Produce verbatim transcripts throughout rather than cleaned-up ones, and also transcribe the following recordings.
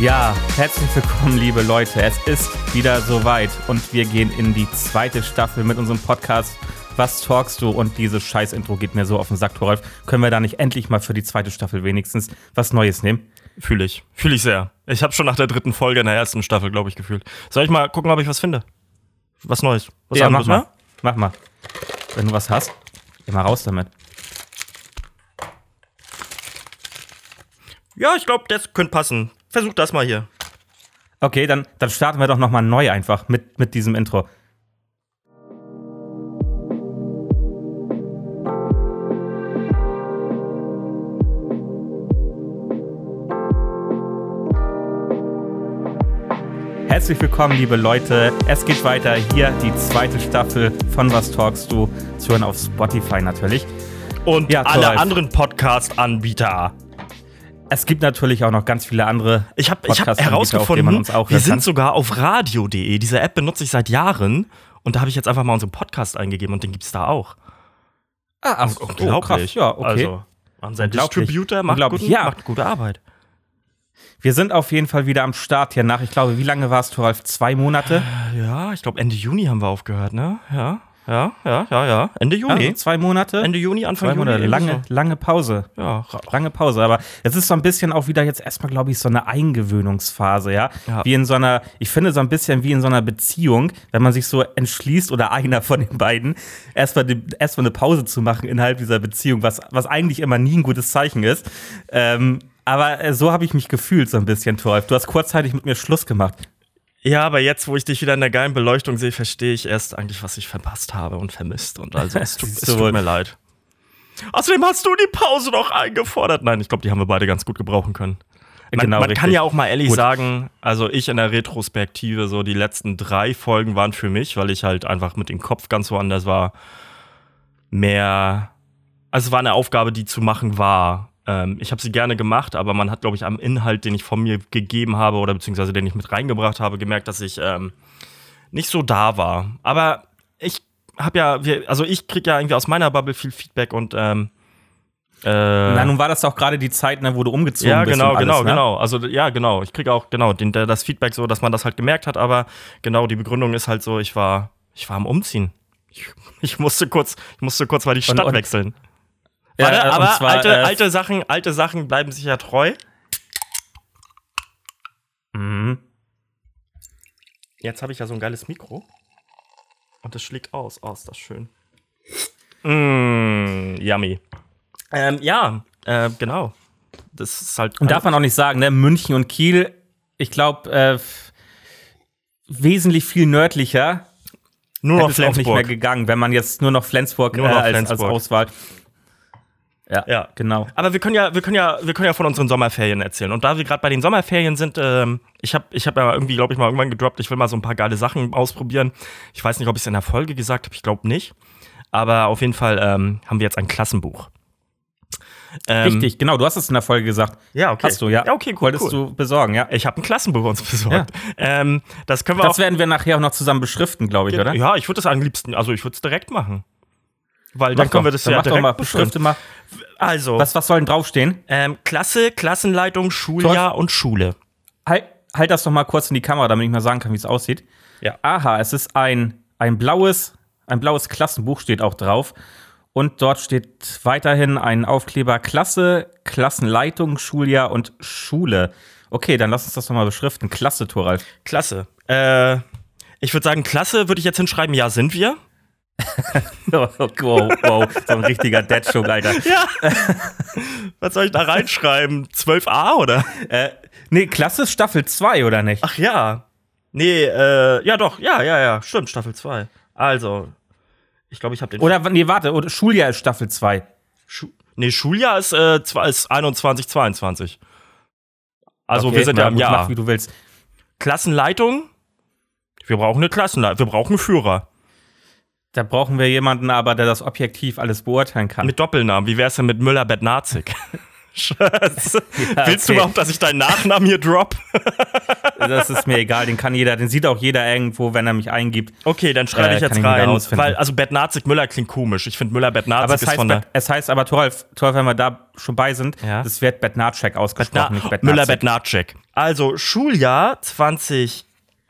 Ja, herzlich willkommen, liebe Leute. Es ist wieder soweit und wir gehen in die zweite Staffel mit unserem Podcast Was talkst du? Und dieses Scheiß-Intro geht mir so auf den Sack, Thoralf. Können wir da nicht endlich mal für die zweite Staffel wenigstens was Neues nehmen? Fühle ich. Fühle ich sehr. Ich habe schon nach der dritten Folge in der ersten Staffel, glaube ich, gefühlt. Soll ich mal gucken, ob ich was finde? Was Neues? Was ja, mach mal. Mach mal. Wenn du was hast, geh mal raus damit. Ja, ich glaube, das könnte passen. Versuch das mal hier. Okay, dann, dann starten wir doch noch mal neu einfach mit, mit diesem Intro. Herzlich willkommen, liebe Leute. Es geht weiter. Hier die zweite Staffel von Was talkst du? Zu hören auf Spotify natürlich. Und ja, alle Thoralf. anderen Podcast-Anbieter. Es gibt natürlich auch noch ganz viele andere Ich habe ich hab herausgefunden, man uns auch wir sind kann. sogar auf radio punkt de. Diese App benutze ich seit Jahren. Und da habe ich jetzt einfach mal unseren Podcast eingegeben und den gibt es da auch. Ah, ach, unglaublich. Oh, krass. Ja, okay. Also, unser Distributor macht, guten, ja. macht gute Arbeit. Wir sind auf jeden Fall wieder am Start hier nach, ich glaube, wie lange war es, Thoralf? Zwei Monate? Ja, ich glaube Ende Juni haben wir aufgehört, ne? Ja, ja, ja, ja, ja. Ende Juni. Also zwei Monate? Ende Juni, Anfang zwei Monate. Juni. Lange, so. lange Pause. Ja. Lange Pause. Aber es ist so ein bisschen auch wieder jetzt erstmal, glaube ich, so eine Eingewöhnungsphase, ja? ja? Wie in so einer, ich finde so ein bisschen wie in so einer Beziehung, wenn man sich so entschließt oder einer von den beiden, erstmal erst eine Pause zu machen innerhalb dieser Beziehung, was, was eigentlich immer nie ein gutes Zeichen ist. Ähm, aber äh, so habe ich mich gefühlt so ein bisschen, Thoralf. Du hast kurzzeitig mit mir Schluss gemacht. Ja, aber jetzt, wo ich dich wieder in der geilen Beleuchtung sehe, verstehe ich erst eigentlich, was ich verpasst habe und vermisst. Und also, es tut, es tut mir leid. Außerdem hast du die Pause noch eingefordert. Nein, ich glaube, die haben wir beide ganz gut gebrauchen können. Man, genau, man kann ja auch mal ehrlich gut. sagen, also ich in der Retrospektive, so die letzten drei Folgen waren für mich, weil ich halt einfach mit dem Kopf ganz woanders war, mehr, also es war eine Aufgabe, die zu machen war. Ähm, ich habe sie gerne gemacht, aber man hat, glaube ich, am Inhalt, den ich von mir gegeben habe oder beziehungsweise den ich mit reingebracht habe, gemerkt, dass ich ähm, nicht so da war. Aber ich habe ja, wir, also ich kriege ja irgendwie aus meiner Bubble viel Feedback und ähm, äh, Na, nun war das auch gerade die Zeit, ne, wo du umgezogen ja, bist. Ja, genau, und alles, genau, ne? genau. Also ja, genau. Ich kriege auch genau den, das Feedback so, dass man das halt gemerkt hat. Aber genau die Begründung ist halt so, ich war, ich war am Umziehen. Ich, ich musste kurz, ich musste kurz mal die Stadt und, und, wechseln. Ja, Warte, aber zwar, alte, äh, alte, Sachen, alte Sachen bleiben sich ja treu. Mhm. Jetzt habe ich ja so ein geiles Mikro. Und das schlägt aus. Oh, ist das schön. Mmh, yummy. Ähm, ja, äh, genau. Das ist halt. Und darf man auch nicht sagen, ne? München und Kiel, ich glaube, äh, wesentlich viel nördlicher. Nur noch Flensburg. Ist auch nicht mehr gegangen, wenn man jetzt nur noch Flensburg, nur noch äh, als, Flensburg. als Auswahl. Ja, ja, genau. Aber wir können ja, wir können ja, wir können ja von unseren Sommerferien erzählen. Und da wir gerade bei den Sommerferien sind, ähm, ich habe, ich habe ja irgendwie, glaube ich, mal irgendwann gedroppt, ich will mal so ein paar geile Sachen ausprobieren. Ich weiß nicht, ob ich es in der Folge gesagt habe, ich glaube nicht. Aber auf jeden Fall ähm, haben wir jetzt ein Klassenbuch. Ähm, Richtig, genau. Du hast es in der Folge gesagt. Ja, okay. Hast du, ja. Ja, okay, cool. Wolltest cool. du besorgen, ja? Ich habe ein Klassenbuch uns besorgt. Ja. Ähm, das können wir das auch. werden wir nachher auch noch zusammen beschriften, glaube ich, ja, oder? Ja, ich würde das am liebsten, also ich würde es direkt machen. Weil mach dann können doch, wir das dann ja mach direkt doch mal, beschrifte mal. Also. Was, was soll denn draufstehen? Ähm, Klasse, Klassenleitung, Schuljahr Tor. und Schule. Halt, halt das doch mal kurz in die Kamera, damit ich mal sagen kann, wie es aussieht. Ja. Aha, es ist ein, ein blaues, ein blaues Klassenbuch steht auch drauf. Und dort steht weiterhin ein Aufkleber Klasse, Klassenleitung, Schuljahr und Schule. Okay, dann lass uns das doch mal beschriften. Klasse, Thoralf. Klasse. Äh, ich würde sagen, Klasse würde ich jetzt hinschreiben, ja, sind wir. oh, wow, wow, so ein richtiger Dad-Joke, Alter. Ja. Was soll ich da reinschreiben? zwölf a, oder? Äh, nee, Klasse ist Staffel zwei, oder nicht? Ach ja. Nee, äh, ja doch, ja, ja, ja, stimmt, Staffel zwei. Also, ich glaube, ich habe den... Oder, nee, warte, oder Schuljahr ist Staffel zwei. Schu- nee, Schuljahr ist, äh, ist einundzwanzig, zweiundzwanzig. Also, okay, wir sind ja im Jahr. Mach, wie du willst. Klassenleitung? Wir brauchen eine Klassenleitung, wir brauchen einen Führer. Da brauchen wir jemanden aber, der das objektiv alles beurteilen kann. Mit Doppelnamen, wie wär's denn mit Müller-Bednazig? Ja, okay. Willst du überhaupt, dass ich deinen Nachnamen hier drop? Das ist mir egal, den kann jeder, den sieht auch jeder irgendwo, wenn er mich eingibt. Okay, dann schreibe äh, ich jetzt rein, weil, also Bednarzik Müller klingt komisch. Ich finde Müller-Bednarzik ist heißt, von der... Es heißt aber, Toralf, Toralf, wenn wir da schon bei sind, Ja. das wird Bednarczyk ausgesprochen, Bedna- nicht Bednarczyk. Müller-Bednarczyk. Also, Schuljahr zwanzig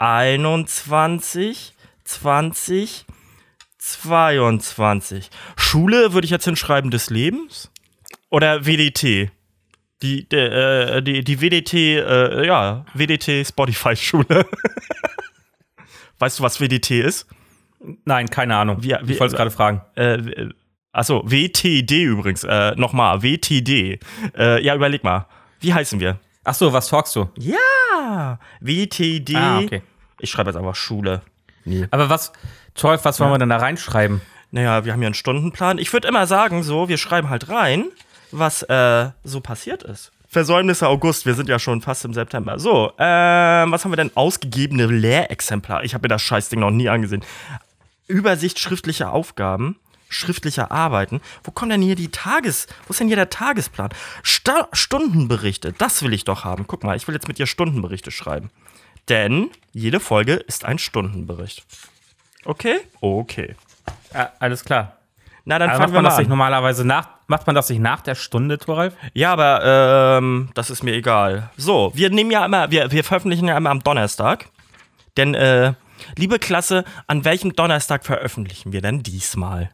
einundzwanzig, zwanzig zweiundzwanzig. Schule würde ich jetzt hinschreiben des Lebens? Oder W D T? Die, die, äh, die, die W D T, äh, ja, W D T Spotify-Schule. Weißt du, was W D T ist? Nein, keine Ahnung. Wie, wie, ich wollte es gerade fragen. Äh, achso, W T D übrigens. Äh, Nochmal, W T D. Äh, ja, überleg mal. Wie heißen wir? Ach so, was talkst du? Ja, W T D. Ah, okay. Ich schreibe jetzt einfach Schule. Nee. Aber was, Toralf, was wollen Ja. wir denn da reinschreiben? Naja, wir haben ja einen Stundenplan. Ich würde immer sagen, so, wir schreiben halt rein, was äh, so passiert ist. Versäumnisse August, wir sind ja schon fast im September. So, ähm, was haben wir denn? Ausgegebene Lehrexemplar. Ich habe mir das Scheißding noch nie angesehen. Übersicht schriftlicher Aufgaben, schriftlicher Arbeiten. Wo kommt denn hier die Tages... Wo ist denn hier der Tagesplan? Sta- Stundenberichte, das will ich doch haben. Guck mal, ich will jetzt mit dir Stundenberichte schreiben. Denn jede Folge ist ein Stundenbericht. Okay? Okay. Ja, alles klar. Na, dann Aber fangen macht wir man mal das nicht an. normalerweise nach, macht man das nicht nach der Stunde, Toralf? Ja, aber ähm, das ist mir egal. So, wir nehmen ja immer, wir, wir veröffentlichen ja immer am Donnerstag. Denn, äh, liebe Klasse, an welchem Donnerstag veröffentlichen wir denn diesmal?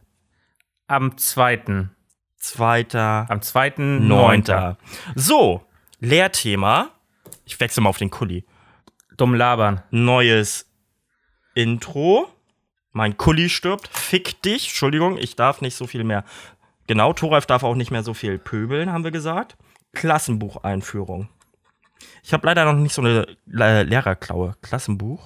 Am zweiten. Zweiter, Am zweiten neunter. So, Lehrthema. Ich wechsle mal auf den Kuli. Dumm labern. Neues Intro. Mein Kuli stirbt. Fick dich. Entschuldigung, ich darf nicht so viel mehr. Genau, Toralf darf auch nicht mehr so viel pöbeln, haben wir gesagt. Klassenbucheinführung. Ich habe leider noch nicht so eine Le- Lehrerklaue. Klassenbuch.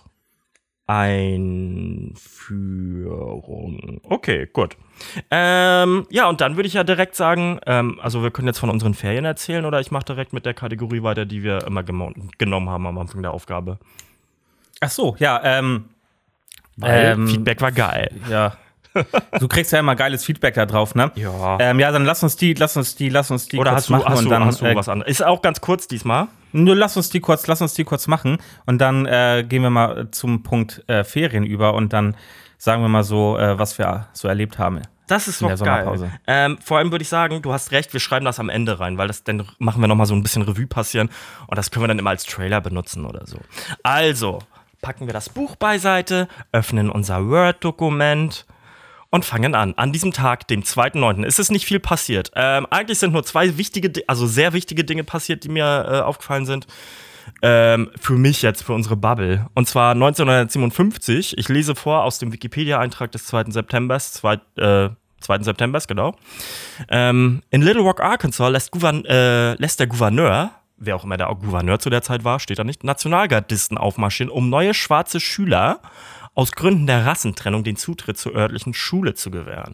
Einführung. Okay, gut. Ähm, ja, und dann würde ich ja direkt sagen, ähm, also wir können jetzt von unseren Ferien erzählen oder ich mache direkt mit der Kategorie weiter, die wir immer gemo- genommen haben am Anfang der Aufgabe. Ach so, ja, ähm. Weil ähm, Feedback war geil. Ja. Du kriegst ja immer geiles Feedback da drauf, ne? Ja. Ähm, ja, dann lass uns die, lass uns die, lass uns die Oder kurz hast du, machen hast und du, dann. hast du äh, was anderes? Ist auch ganz kurz diesmal. Nur lass uns die kurz, lass uns die kurz machen und dann äh, gehen wir mal zum Punkt äh, Ferien über und dann sagen wir mal so, äh, was wir so erlebt haben. Das ist In noch der geil. Sommerpause. Ähm, vor allem würde ich sagen, du hast recht, wir schreiben das am Ende rein, weil das dann machen wir noch mal so ein bisschen Revue passieren und das können wir dann immer als Trailer benutzen oder so. Also, packen wir das Buch beiseite, öffnen unser Word-Dokument und fangen an. An diesem Tag, dem zweiten neunten Es ist nicht viel passiert. Ähm, eigentlich sind nur zwei wichtige, Di- also sehr wichtige Dinge passiert, die mir äh, aufgefallen sind. Ähm, für mich jetzt, für unsere Bubble. Und zwar neunzehnhundertsiebenundfünfzig. Ich lese vor aus dem Wikipedia-Eintrag des zweiten Septembers. Zweit, äh, zweiten Septembers, genau. Ähm, in Little Rock, Arkansas lässt, Gouvern äh, lässt der Gouverneur, wer auch immer der Gouverneur zu der Zeit war, steht da nicht, Nationalgardisten aufmarschieren, um neue schwarze Schüler aus Gründen der Rassentrennung den Zutritt zur örtlichen Schule zu gewähren.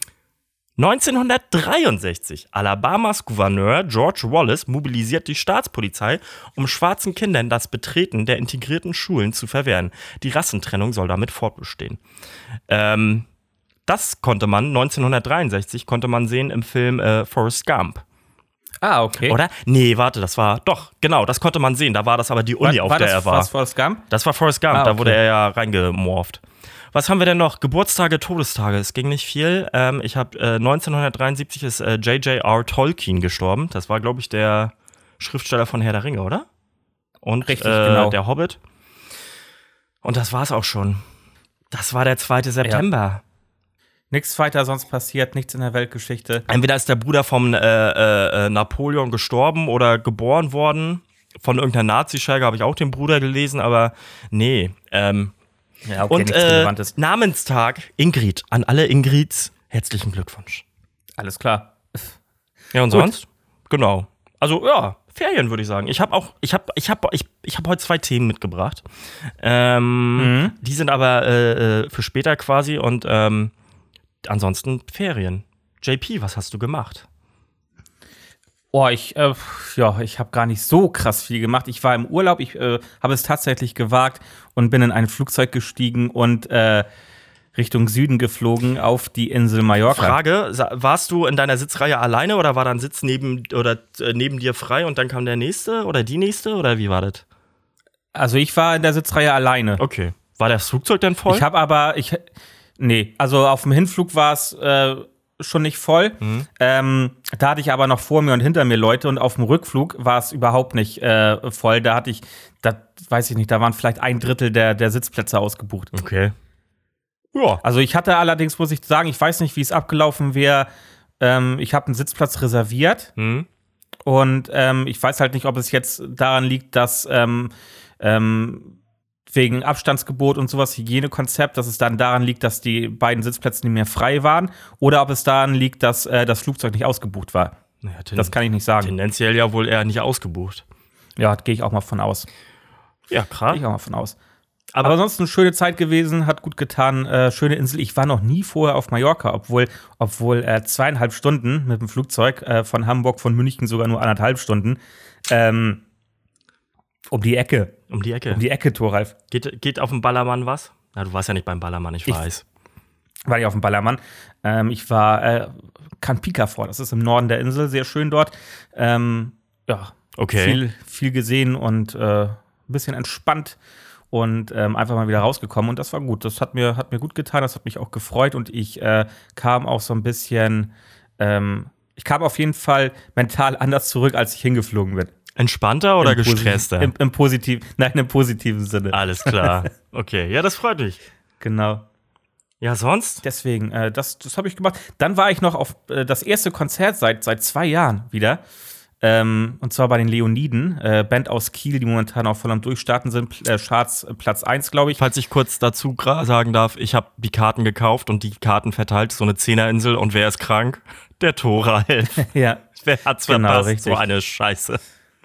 neunzehnhundertdreiundsechzig. Alabamas Gouverneur George Wallace mobilisiert die Staatspolizei, um schwarzen Kindern das Betreten der integrierten Schulen zu verwehren. Die Rassentrennung soll damit fortbestehen. Ähm, das konnte man, neunzehnhundertdreiundsechzig, konnte man sehen im Film äh, Forrest Gump. Ah, okay. Oder? Nee, warte, das war, doch, genau, das konnte man sehen. Da war das aber die Uni, war, auf war der das, er war. Was Forrest Gump? Das war Forrest Gump, Ah, da okay. wurde er ja reingemorpht. Was haben wir denn noch? Geburtstage, Todestage. Es ging nicht viel. Ähm, ich habe äh, neunzehnhundertdreiundsiebzig ist äh, J J R Tolkien gestorben. Das war, glaube ich, der Schriftsteller von Herr der Ringe, oder? Und Richtig, äh, genau. der Hobbit. Und das war's auch schon. Das war der zweite September. Nichts weiter sonst passiert, nichts in der Weltgeschichte. Entweder ist der Bruder vom äh, äh, Napoleon gestorben oder geboren worden. Von irgendeiner Nazi-Scheige habe ich auch den Bruder gelesen, aber nee. Ähm, Ja, okay, Und nichts äh, Relevantes. Namenstag, Ingrid. An alle Ingrids, herzlichen Glückwunsch. Alles klar. Ja, und Gut. sonst? Genau. Also, ja, Ferien würde ich sagen. Ich habe auch, ich habe, ich habe, ich, ich habe heute zwei Themen mitgebracht. Ähm, Mhm. Die sind aber äh, äh, für später quasi und ähm, ansonsten Ferien. J P, was hast du gemacht? Oh, ich, äh, ja, ich habe gar nicht so krass viel gemacht. Ich war im Urlaub, ich äh, habe es tatsächlich gewagt und bin in ein Flugzeug gestiegen und äh, Richtung Süden geflogen auf die Insel Mallorca. Frage, warst du in deiner Sitzreihe alleine oder war da ein Sitz neben, oder, äh, neben dir frei und dann kam der nächste oder die nächste oder wie war das? Also ich war in der Sitzreihe alleine. Okay. War das Flugzeug denn voll? Ich habe aber, ich, nee, also auf dem Hinflug war es äh, schon nicht voll. Mhm. Ähm, da hatte ich aber noch vor mir und hinter mir Leute und auf dem Rückflug war es überhaupt nicht äh, voll. Da hatte ich, da weiß ich nicht, da waren vielleicht ein Drittel der, der Sitzplätze ausgebucht. Okay. Ja. Also ich hatte allerdings, muss ich sagen, ich weiß nicht, wie es abgelaufen wäre. Ähm, ich habe einen Sitzplatz reserviert mhm. und ähm, ich weiß halt nicht, ob es jetzt daran liegt, dass ähm, ähm, wegen Abstandsgebot und sowas, Hygienekonzept, dass es dann daran liegt, dass die beiden Sitzplätze nicht mehr frei waren oder ob es daran liegt, dass äh, das Flugzeug nicht ausgebucht war. Ja, ten- das kann ich nicht sagen. Tendenziell ja wohl eher nicht ausgebucht. Ja, gehe ich auch mal von aus. Ja, krass. Gehe ich auch mal von aus. Aber, Aber ansonsten eine schöne Zeit gewesen, hat gut getan, äh, schöne Insel. Ich war noch nie vorher auf Mallorca, obwohl, obwohl äh, zweieinhalb Stunden mit dem Flugzeug äh, von Hamburg, von München sogar nur anderthalb Stunden. Ähm, um die Ecke. Um die Ecke. Um die Ecke, Thoralf. Geht, geht auf dem Ballermann was? Na, du warst ja nicht beim Ballermann, ich weiß. Ich war nicht auf dem Ballermann. Ähm, ich war äh, Can Pica vor, das ist im Norden der Insel, sehr schön dort. Ähm, ja, okay. viel, viel gesehen und äh, ein bisschen entspannt. Und ähm, einfach mal wieder rausgekommen. Und das war gut. Das hat mir, hat mir gut getan. Das hat mich auch gefreut. Und ich äh, kam auch so ein bisschen, ähm, ich kam auf jeden Fall mental anders zurück, als ich hingeflogen bin. Entspannter oder Im gestresster? Posit- Im, im positiv, nein, im positiven Sinne. Alles klar. Okay, ja, das freut mich. Genau. Ja, sonst? Deswegen, äh, das, das habe ich gemacht. Dann war ich noch auf äh, das erste Konzert seit, seit zwei Jahren wieder. Ähm, und zwar bei den Leoniden, äh, Band aus Kiel, die momentan auch voll am Durchstarten sind. Äh, Charts äh, Platz eins, glaube ich. Falls ich kurz dazu gra- sagen darf, ich habe die Karten gekauft und die Karten verteilt, so eine Zehnerinsel. Und wer ist krank? Der Thoralf. Ja. Wer hat's genau, verpasst? Richtig. So eine Scheiße.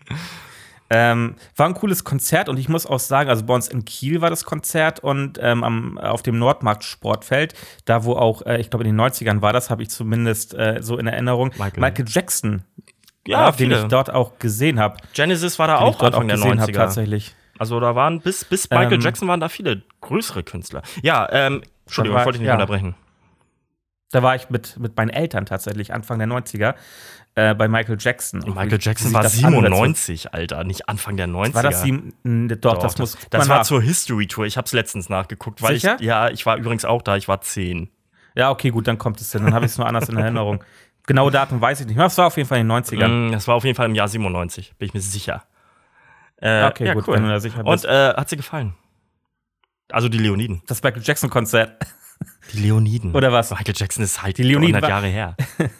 Ähm, war ein cooles Konzert und ich muss auch sagen, also bei uns in Kiel war das Konzert und ähm, am, auf dem Nordmarkt Sportfeld, da wo auch, äh, ich glaube in den neunzigern war das, habe ich zumindest äh, so in Erinnerung, Michael, Michael Jackson, ja, äh, den ich dort auch gesehen habe. Genesis war da auch Anfang der neunziger. Tatsächlich. Also da waren bis, bis Michael ähm, Jackson waren da viele größere Künstler. Ja, ähm, Entschuldigung, war, ich wollte dich nicht ja. unterbrechen. Da war ich mit, mit meinen Eltern tatsächlich Anfang der neunziger äh, bei Michael Jackson. Und Michael Jackson war siebenundneunzig, Alter, nicht Anfang der neunziger. War das sieben? Doch, doch, das muss. Das, das war zur History Tour. Ich hab's letztens nachgeguckt, weil Sicher? ich ja, ich war übrigens auch da. Ich war zehn. Ja, okay, gut, dann kommt es hin. Dann habe ich es nur anders in Erinnerung. Genaue Datum weiß ich nicht. Das war auf jeden Fall in den neunzigern. Mm, das war auf jeden Fall im Jahr siebenundneunzig, bin ich mir sicher. Äh, okay, ja, gut, cool. wenn du da sicher bist. Und äh, hat sie gefallen? Also die Leoniden. Das Michael Jackson Konzert. Die Leoniden. Oder was? Michael Jackson ist halt die Leoniden hundert Jahre her.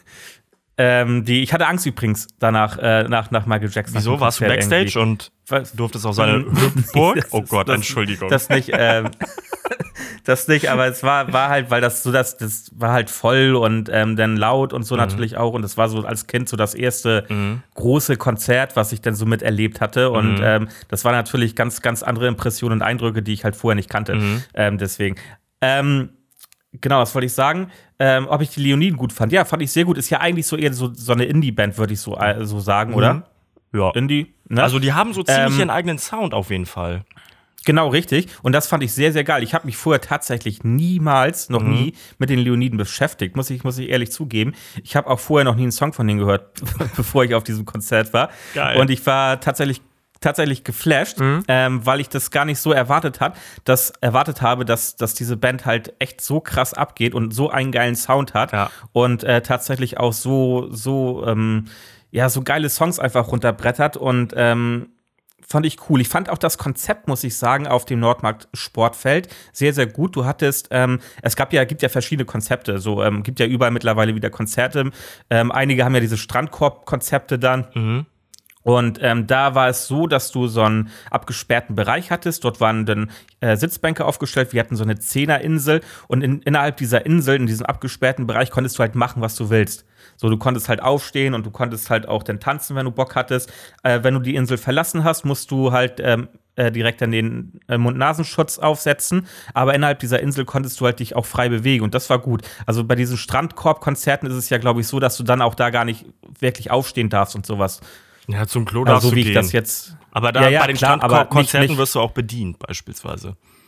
ähm, die, ich hatte Angst übrigens danach, äh, nach, nach Michael Jackson. Wieso? Warst du Backstage irgendwie. Und was? Durftest auf seine Hüpfburg? Oh Gott, das, Entschuldigung. Das nicht, ähm, das nicht, aber es war, war halt, weil das so, das, das war halt voll und ähm, dann laut und so mhm. natürlich auch. Und es war so als Kind so das erste mhm. große Konzert, was ich dann so miterlebt hatte. Und mhm. ähm, das war natürlich ganz, ganz andere Impressionen und Eindrücke, die ich halt vorher nicht kannte. Mhm. Ähm, deswegen. Ähm, Genau, das wollte ich sagen. Ähm, ob ich die Leoniden gut fand. Ja, fand ich sehr gut. Ist ja eigentlich so eher so, so eine Indie-Band, würde ich so, äh, so sagen, oder? Mhm. Ja. Indie, ne? Also die haben so ziemlich ähm, ihren eigenen Sound auf jeden Fall. Genau, richtig. Und das fand ich sehr, sehr geil. Ich habe mich vorher tatsächlich niemals, noch mhm. nie mit den Leoniden beschäftigt, muss ich, muss ich ehrlich zugeben. Ich habe auch vorher noch nie einen Song von denen gehört, bevor ich auf diesem Konzert war. Geil. Und ich war tatsächlich tatsächlich geflasht, mhm. ähm, weil ich das gar nicht so erwartet hat, dass erwartet habe, dass, dass diese Band halt echt so krass abgeht und so einen geilen Sound hat ja. und äh, tatsächlich auch so so ähm, ja so geile Songs einfach runterbrettert und ähm, fand ich cool. Ich fand auch das Konzept, muss ich sagen, auf dem Nordmarkt Sportfeld sehr, sehr gut. Du hattest, ähm, es gab ja, gibt ja verschiedene Konzepte, so ähm, gibt ja überall mittlerweile wieder Konzerte. Ähm, einige haben ja diese Strandkorb-Konzepte dann. Mhm. Und ähm, da war es so, dass du so einen abgesperrten Bereich hattest. Dort waren dann äh, Sitzbänke aufgestellt. Wir hatten so eine Zehnerinsel. Und in, innerhalb dieser Insel, in diesem abgesperrten Bereich, konntest du halt machen, was du willst. So, du konntest halt aufstehen und du konntest halt auch dann tanzen, wenn du Bock hattest. Äh, wenn du die Insel verlassen hast, musst du halt ähm, äh, direkt dann den äh, Mund-Nasenschutz aufsetzen. Aber innerhalb dieser Insel konntest du halt dich auch frei bewegen. Und das war gut. Also bei diesen Strandkorb-Konzerten ist es ja, glaube ich, so, dass du dann auch da gar nicht wirklich aufstehen darfst und sowas. Ja, zum Klo darfst also, so du wie gehen. ich das jetzt. Aber da ja, ja, bei den klar, Strandkonzerten wirst du auch bedient, beispielsweise.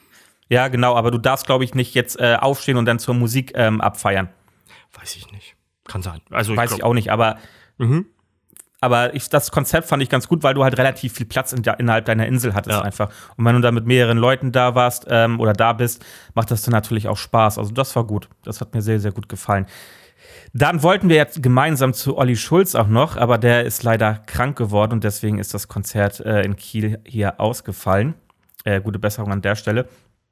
Ja, genau, aber du darfst, glaube ich, nicht jetzt äh, aufstehen und dann zur Musik ähm, abfeiern. Weiß ich nicht. Kann sein. Also, Weiß ich, ich auch nicht, aber, mhm. aber ich, das Konzept fand ich ganz gut, weil du halt relativ viel Platz in, innerhalb deiner Insel hattest Ja. einfach. Und wenn du da mit mehreren Leuten da warst ähm, oder da bist, macht das dann natürlich auch Spaß. Also das war gut. Das hat mir sehr, sehr gut gefallen. Dann wollten wir jetzt gemeinsam zu Olli Schulz auch noch, aber der ist leider krank geworden und deswegen ist das Konzert äh, in Kiel hier ausgefallen. Äh, gute Besserung an der Stelle.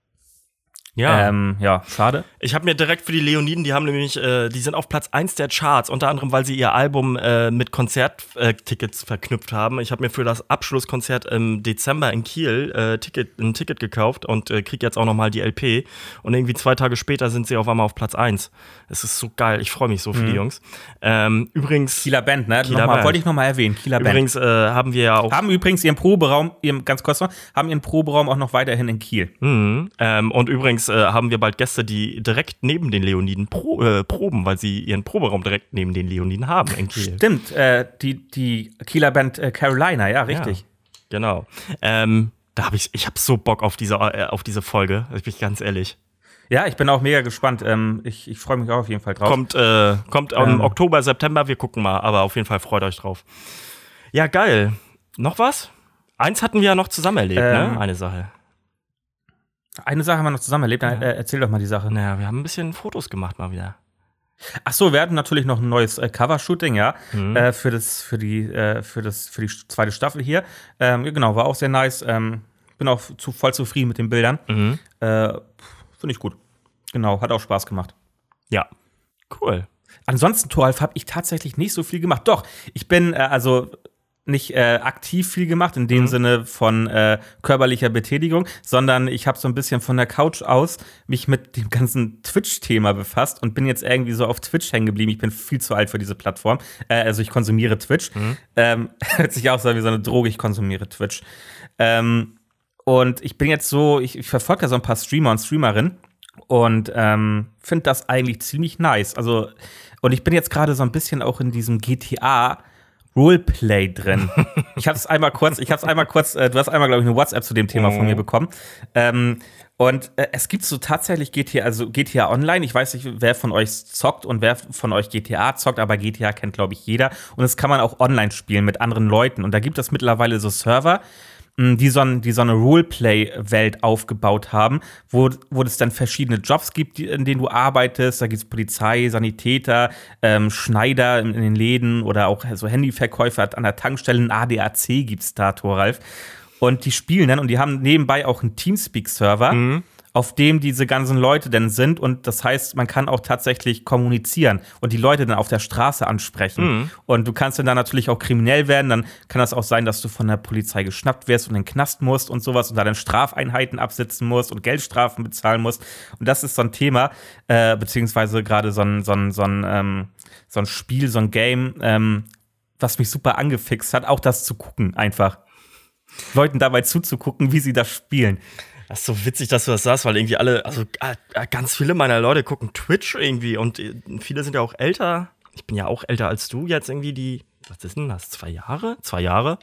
Ja. Ähm, ja, schade. Ich habe mir direkt für die Leoniden, die haben nämlich, äh, die sind auf Platz eins der Charts, unter anderem, weil sie ihr Album äh, mit Konzerttickets äh, verknüpft haben. Ich habe mir für das Abschlusskonzert im Dezember in Kiel äh, Ticket, ein Ticket gekauft und äh, kriege jetzt auch nochmal die L P. Und irgendwie zwei Tage später sind sie auf einmal auf Platz eins. Es ist so geil, ich freue mich so für Mhm. die Jungs. Ähm, übrigens. Kieler Band, ne? Kieler Nochmal, Band. wollte ich nochmal erwähnen. Kieler Band. Übrigens äh, haben wir ja auch. Haben übrigens ihren Proberaum, ihren, ganz kurz noch, haben ihren Proberaum auch noch weiterhin in Kiel. Mhm. Ähm, und übrigens äh, haben wir bald Gäste, die direkt neben den Leoniden pro, äh, proben, weil sie ihren Proberaum direkt neben den Leoniden haben in Kiel. Stimmt, äh, die, die Kieler Band äh, Carolina, ja, richtig. Ja, genau. Ähm, da habe ich, ich habe so Bock auf diese, äh, auf diese Folge, ich bin ganz ehrlich. Ja, ich bin auch mega gespannt. Ähm, ich ich freue mich auch auf jeden Fall drauf. Kommt, äh, kommt im Ähm. Oktober, September, wir gucken mal, aber auf jeden Fall freut euch drauf. Ja, geil. Noch was? Eins hatten wir ja noch zusammen erlebt, Ähm. ne? Eine Sache. Eine Sache haben wir noch zusammen erlebt. Ja. Äh, erzähl doch mal die Sache. Naja, wir haben ein bisschen Fotos gemacht mal wieder. Ach so, wir hatten natürlich noch ein neues äh, Cover-Shooting, ja, Mhm. äh, für das für die äh, für das für die zweite Staffel hier. Ähm, ja, genau, war auch sehr nice. Ähm, bin auch zu, voll zufrieden mit den Bildern. Mhm. Äh, Finde ich gut. Genau, hat auch Spaß gemacht. Ja, cool. Ansonsten, Thoralf, habe ich tatsächlich nicht so viel gemacht. Doch, ich bin äh, also nicht äh, aktiv viel gemacht, in dem Mhm. Sinne von äh, körperlicher Betätigung, sondern ich habe so ein bisschen von der Couch aus mich mit dem ganzen Twitch-Thema befasst und bin jetzt irgendwie so auf Twitch hängen geblieben. Ich bin viel zu alt für diese Plattform. Äh, also ich konsumiere Twitch. Mhm. Ähm, hört sich auch so an wie so eine Droge, ich konsumiere Twitch. Ähm, und ich bin jetzt so, ich, ich verfolge ja so ein paar Streamer und Streamerinnen und ähm, finde das eigentlich ziemlich nice. Also, und ich bin jetzt gerade so ein bisschen auch in diesem G T A Roleplay drin. Ich habe es einmal kurz, ich habe es einmal kurz, äh, du hast einmal, glaube ich, eine WhatsApp zu dem Thema von mir bekommen. Ähm, und äh, es gibt so tatsächlich G T A, also G T A Online. Ich weiß nicht, wer von euch zockt und wer von euch G T A zockt, aber G T A kennt, glaube ich, jeder. Und das kann man auch online spielen mit anderen Leuten. Und da gibt es mittlerweile so Server, die so, ein, die so eine Roleplay-Welt aufgebaut haben, wo, wo es dann verschiedene Jobs gibt, die, in denen du arbeitest. Da gibt es Polizei, Sanitäter, ähm, Schneider in, in den Läden oder auch so Handyverkäufer an der Tankstelle. Ein A D A C gibt es da, Thoralf. Und die spielen dann und die haben nebenbei auch einen Teamspeak-Server, Mhm. auf dem diese ganzen Leute dann sind. Und das heißt, man kann auch tatsächlich kommunizieren und die Leute dann auf der Straße ansprechen. Mhm. Und du kannst dann da natürlich auch kriminell werden. Dann kann das auch sein, dass du von der Polizei geschnappt wirst und in den Knast musst und sowas und da dann Strafeinheiten absitzen musst und Geldstrafen bezahlen musst. Und das ist so ein Thema, äh, beziehungsweise gerade so ein, so ein, so ein, ähm, so ein Spiel, so ein Game, ähm, was mich super angefixt hat, auch das zu gucken einfach. Leuten dabei zuzugucken, wie sie das spielen. Das ist so witzig, dass du das sagst, weil irgendwie alle, also äh, ganz viele meiner Leute gucken Twitch irgendwie und äh, viele sind ja auch älter. Ich bin ja auch älter als du jetzt irgendwie, die, was ist denn das, zwei Jahre? Zwei Jahre.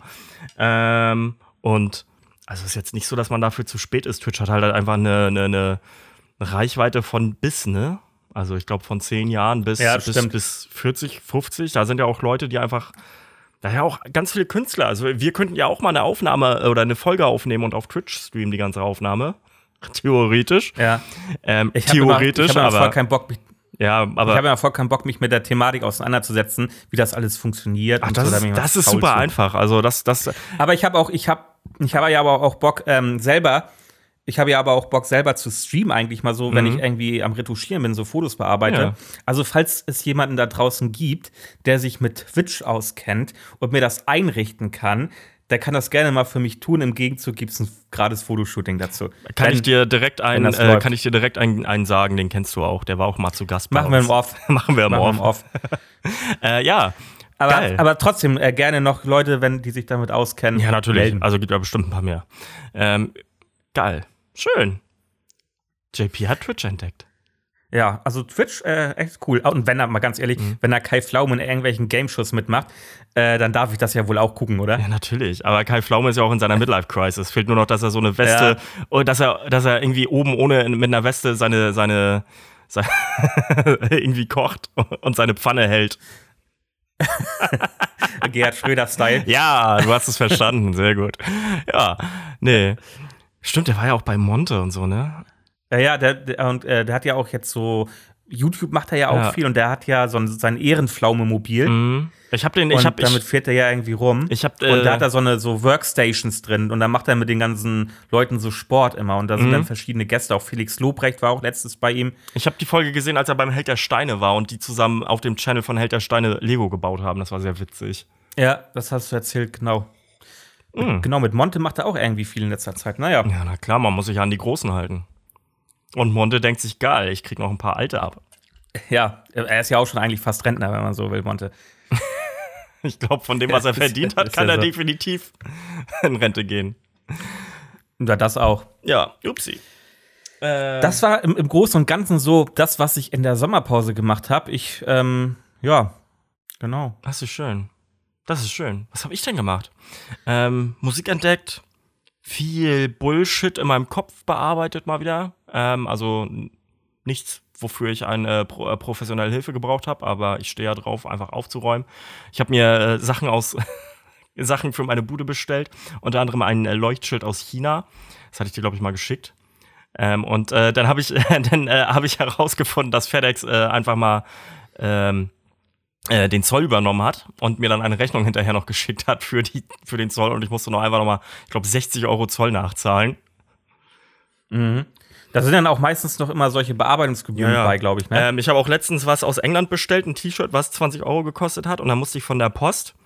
Ähm, und also es ist jetzt nicht so, dass man dafür zu spät ist. Twitch hat halt einfach eine, eine, eine Reichweite von bis, ne? Also ich glaube von zehn Jahren bis, Ja, bis, stimmt. bis vierzig, fünfzig. Da sind ja auch Leute, die einfach daher auch ganz viele Künstler. Also wir könnten ja auch mal eine Aufnahme oder eine Folge aufnehmen und auf Twitch streamen, die ganze Aufnahme. Theoretisch. Ja. Ähm, Ich habe theoretisch, hab voll aber. keinen Bock, mich, Ja, ich aber. habe ja voll keinen Bock, mich mit der Thematik auseinanderzusetzen, wie das alles funktioniert. Ach, und das so, da ist, bin ich das mal ist faul super zu. einfach. Also, das. das Aber ich habe auch, ich habe, ich habe ja aber auch Bock ähm, selber. Ich habe ja aber auch Bock, selber zu streamen, eigentlich mal so, wenn Mhm. ich irgendwie am Retuschieren bin, so Fotos bearbeite. Ja. Also, falls es jemanden da draußen gibt, der sich mit Twitch auskennt und mir das einrichten kann, der kann das gerne mal für mich tun. Im Gegenzug gibt es ein gratis Fotoshooting dazu. kann Wenn- ich dir direkt einen, das äh, läuft. kann ich dir direkt einen, einen sagen, den kennst du auch. Der war auch mal zu Gast bei Machen wir uns. im Off. Machen wir im Machen wir im Off. Off. Äh, ja. Aber, Geil. aber trotzdem äh, gerne noch Leute, wenn die sich damit auskennen. Ja, natürlich. melden. Also gibt ja bestimmt ein paar mehr. Ähm, geil. Schön. J P hat Twitch entdeckt. Ja, also Twitch, äh, echt cool. Und wenn er, mal ganz ehrlich, mhm. wenn er Kai Pflaume in irgendwelchen Game-Shows mitmacht, äh, dann darf ich das ja wohl auch gucken, oder? Ja, natürlich. Aber Kai Pflaume ist ja auch in seiner Midlife-Crisis. Fehlt nur noch, dass er so eine Weste, ja. oder dass er, dass er irgendwie oben ohne mit einer Weste seine, seine, seine irgendwie kocht und seine Pfanne hält. Gerhard Schröder-Style. Ja, du hast es verstanden. Sehr gut. Ja, nee. Stimmt, der war ja auch bei Monte und so, ne? Ja, ja, der, der, und, äh, der hat ja auch jetzt so, YouTube macht er ja auch ja. viel und der hat ja so ein, sein Ehrenpflaume-Mobil. Mhm. Ich hab den, ich und hab, damit ich, fährt er ja irgendwie rum. Ich hab, äh, und da hat er so eine so Workstations drin und da macht er mit den ganzen Leuten so Sport immer und da sind mhm. dann verschiedene Gäste. Auch Felix Lobrecht war auch letztes bei ihm. Ich habe die Folge gesehen, als er beim Held der Steine war und die zusammen auf dem Channel von Held der Steine Lego gebaut haben. Das war sehr witzig. Ja, das hast du erzählt, genau. Mhm. Mit, genau, mit Monte macht er auch irgendwie viel in letzter Zeit. Naja. Ja, na klar, man muss sich an die Großen halten. Und Monte denkt sich, geil, ich krieg noch ein paar Alte ab. Ja, er ist ja auch schon eigentlich fast Rentner, wenn man so will, Monte. Ich glaube, von dem, was er verdient hat, kann er definitiv in Rente gehen. Ja, das auch. Ja, upsi. Äh, das war im, im Großen und Ganzen so das, was ich in der Sommerpause gemacht habe. Ich, ähm, ja, genau. Das ist schön. Das ist schön. Was habe ich denn gemacht? Ähm, Musik entdeckt, viel Bullshit in meinem Kopf bearbeitet mal wieder. Ähm, also nichts, wofür ich eine pro, äh, professionelle Hilfe gebraucht habe, aber ich stehe ja drauf, einfach aufzuräumen. Ich habe mir äh, Sachen aus Sachen für meine Bude bestellt, unter anderem ein äh, Leuchtschild aus China. Das hatte ich dir, glaube ich, mal geschickt. Ähm, und äh, dann habe ich, dann, äh, hab ich herausgefunden, dass FedEx äh, einfach mal ähm, äh, den Zoll übernommen hat und mir dann eine Rechnung hinterher noch geschickt hat für, die, für den Zoll. Und ich musste noch einfach noch mal, ich glaube, sechzig Euro Zoll nachzahlen. Mhm. Da sind dann auch meistens noch immer solche Bearbeitungsgebühren ja, ja. bei, glaube ich. Ne? Ähm, ich habe auch letztens was aus England bestellt, ein T-Shirt, was zwanzig Euro gekostet hat. Und dann musste ich von der Post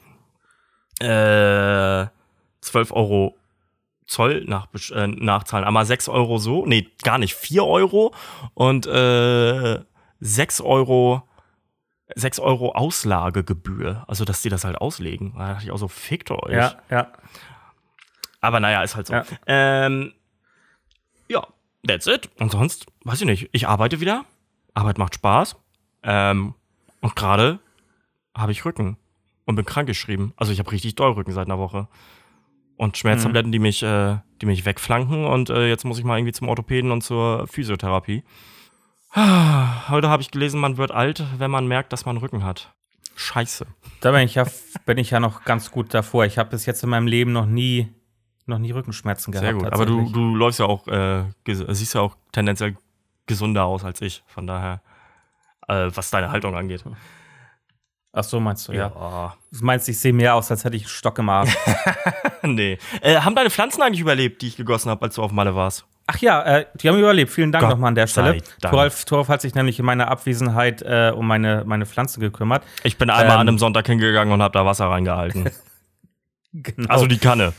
äh, zwölf Euro Zoll nach, äh, nachzahlen. Einmal sechs Euro so, nee, gar nicht, vier Euro. Und äh, sechs Euro sechs Euro Auslagegebühr. Also, dass die das halt auslegen. Da dachte ich auch so, fickt euch. Ja, ja. Aber naja, ist halt so. Ja. Ähm, ja. That's it. Und sonst, weiß ich nicht, ich arbeite wieder. Arbeit macht Spaß. Ähm, und gerade habe ich Rücken und bin krankgeschrieben. Also ich habe richtig doll Rücken seit einer Woche. Und Schmerztabletten, mhm. die mich, äh, die mich wegflanken. Und äh, jetzt muss ich mal irgendwie zum Orthopäden und zur Physiotherapie. Heute habe ich gelesen, man wird alt, wenn man merkt, dass man Rücken hat. Scheiße. Da bin ich ja, bin ich ja noch ganz gut davor. Ich habe bis jetzt in meinem Leben noch nie noch nie Rückenschmerzen gehabt. Sehr gut, aber du, du läufst ja auch, äh, siehst ja auch tendenziell gesunder aus als ich, von daher, äh, was deine Haltung angeht. Ach so, meinst du, ja. ja. Du meinst, ich sehe mehr aus, als hätte ich einen Stock im Arm. Nee. Äh, haben deine Pflanzen eigentlich überlebt, die ich gegossen habe, als du auf Malle warst? Ach ja, äh, die haben überlebt. Vielen Dank Gott nochmal an der Stelle. Thoralf, Thoralf hat sich nämlich in meiner Abwesenheit äh, um meine, meine Pflanzen gekümmert. Ich bin einmal ähm, an einem Sonntag hingegangen und habe da Wasser reingehalten. Genau. Also die Kanne.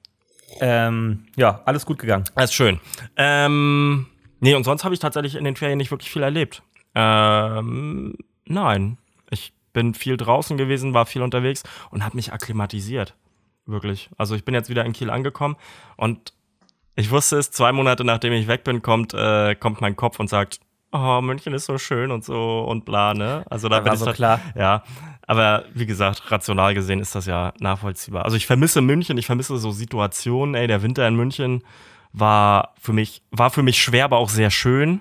Ähm, ja, alles gut gegangen. Das ist schön. Ähm, nee, und sonst habe ich tatsächlich in den Ferien nicht wirklich viel erlebt. Ähm, nein. Ich bin viel draußen gewesen, war viel unterwegs und habe mich akklimatisiert. Wirklich. Also ich bin jetzt wieder in Kiel angekommen und ich wusste es, zwei Monate nachdem ich weg bin, kommt, äh, kommt mein Kopf und sagt, oh, München ist so schön und so und bla, ne? Also da ja, bin war ich so halt, klar. Ja, aber wie gesagt, rational gesehen ist das ja nachvollziehbar. Also ich vermisse München, ich vermisse so Situationen, ey, der Winter in München war für mich, war für mich schwer, aber auch sehr schön.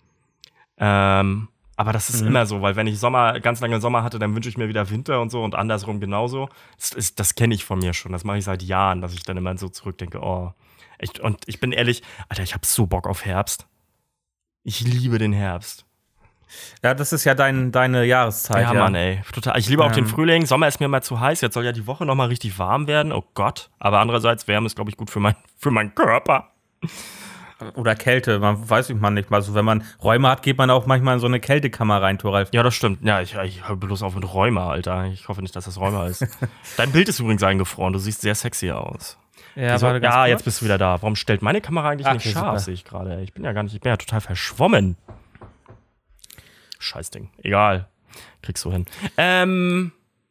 Ähm, aber das ist mhm. immer so, weil wenn ich Sommer, ganz lange Sommer hatte, dann wünsche ich mir wieder Winter und so und andersrum genauso. Das, ist, das kenne ich von mir schon, das mache ich seit Jahren, dass ich dann immer so zurückdenke, oh, echt, und ich bin ehrlich, Alter, ich habe so Bock auf Herbst. Ich liebe den Herbst. Ja, das ist ja dein, deine Jahreszeit. Ja, ja, Mann, ey. Total. Ich liebe auch ähm. den Frühling. Sommer ist mir mal zu heiß. Jetzt soll ja die Woche noch mal richtig warm werden. Oh Gott. Aber andererseits, Wärme ist, glaube ich, gut für, mein, für meinen Körper. Oder Kälte, man weiß ich mal nicht. Also, wenn man Rheuma hat, geht man auch manchmal in so eine Kältekammer rein, Thoralf. Ja, das stimmt. Ja, ich, ich höre bloß auf mit Rheuma, Alter. Ich hoffe nicht, dass das Rheuma ist. Dein Bild ist übrigens eingefroren. Du siehst sehr sexy aus. Ja, so, ja jetzt bist du wieder da. Warum stellt meine Kamera eigentlich Ach, nicht okay, scharf, sehe ich gerade. Ich bin ja gar nicht, ich bin ja total verschwommen. Scheißding. Egal. Kriegst du hin. Ähm,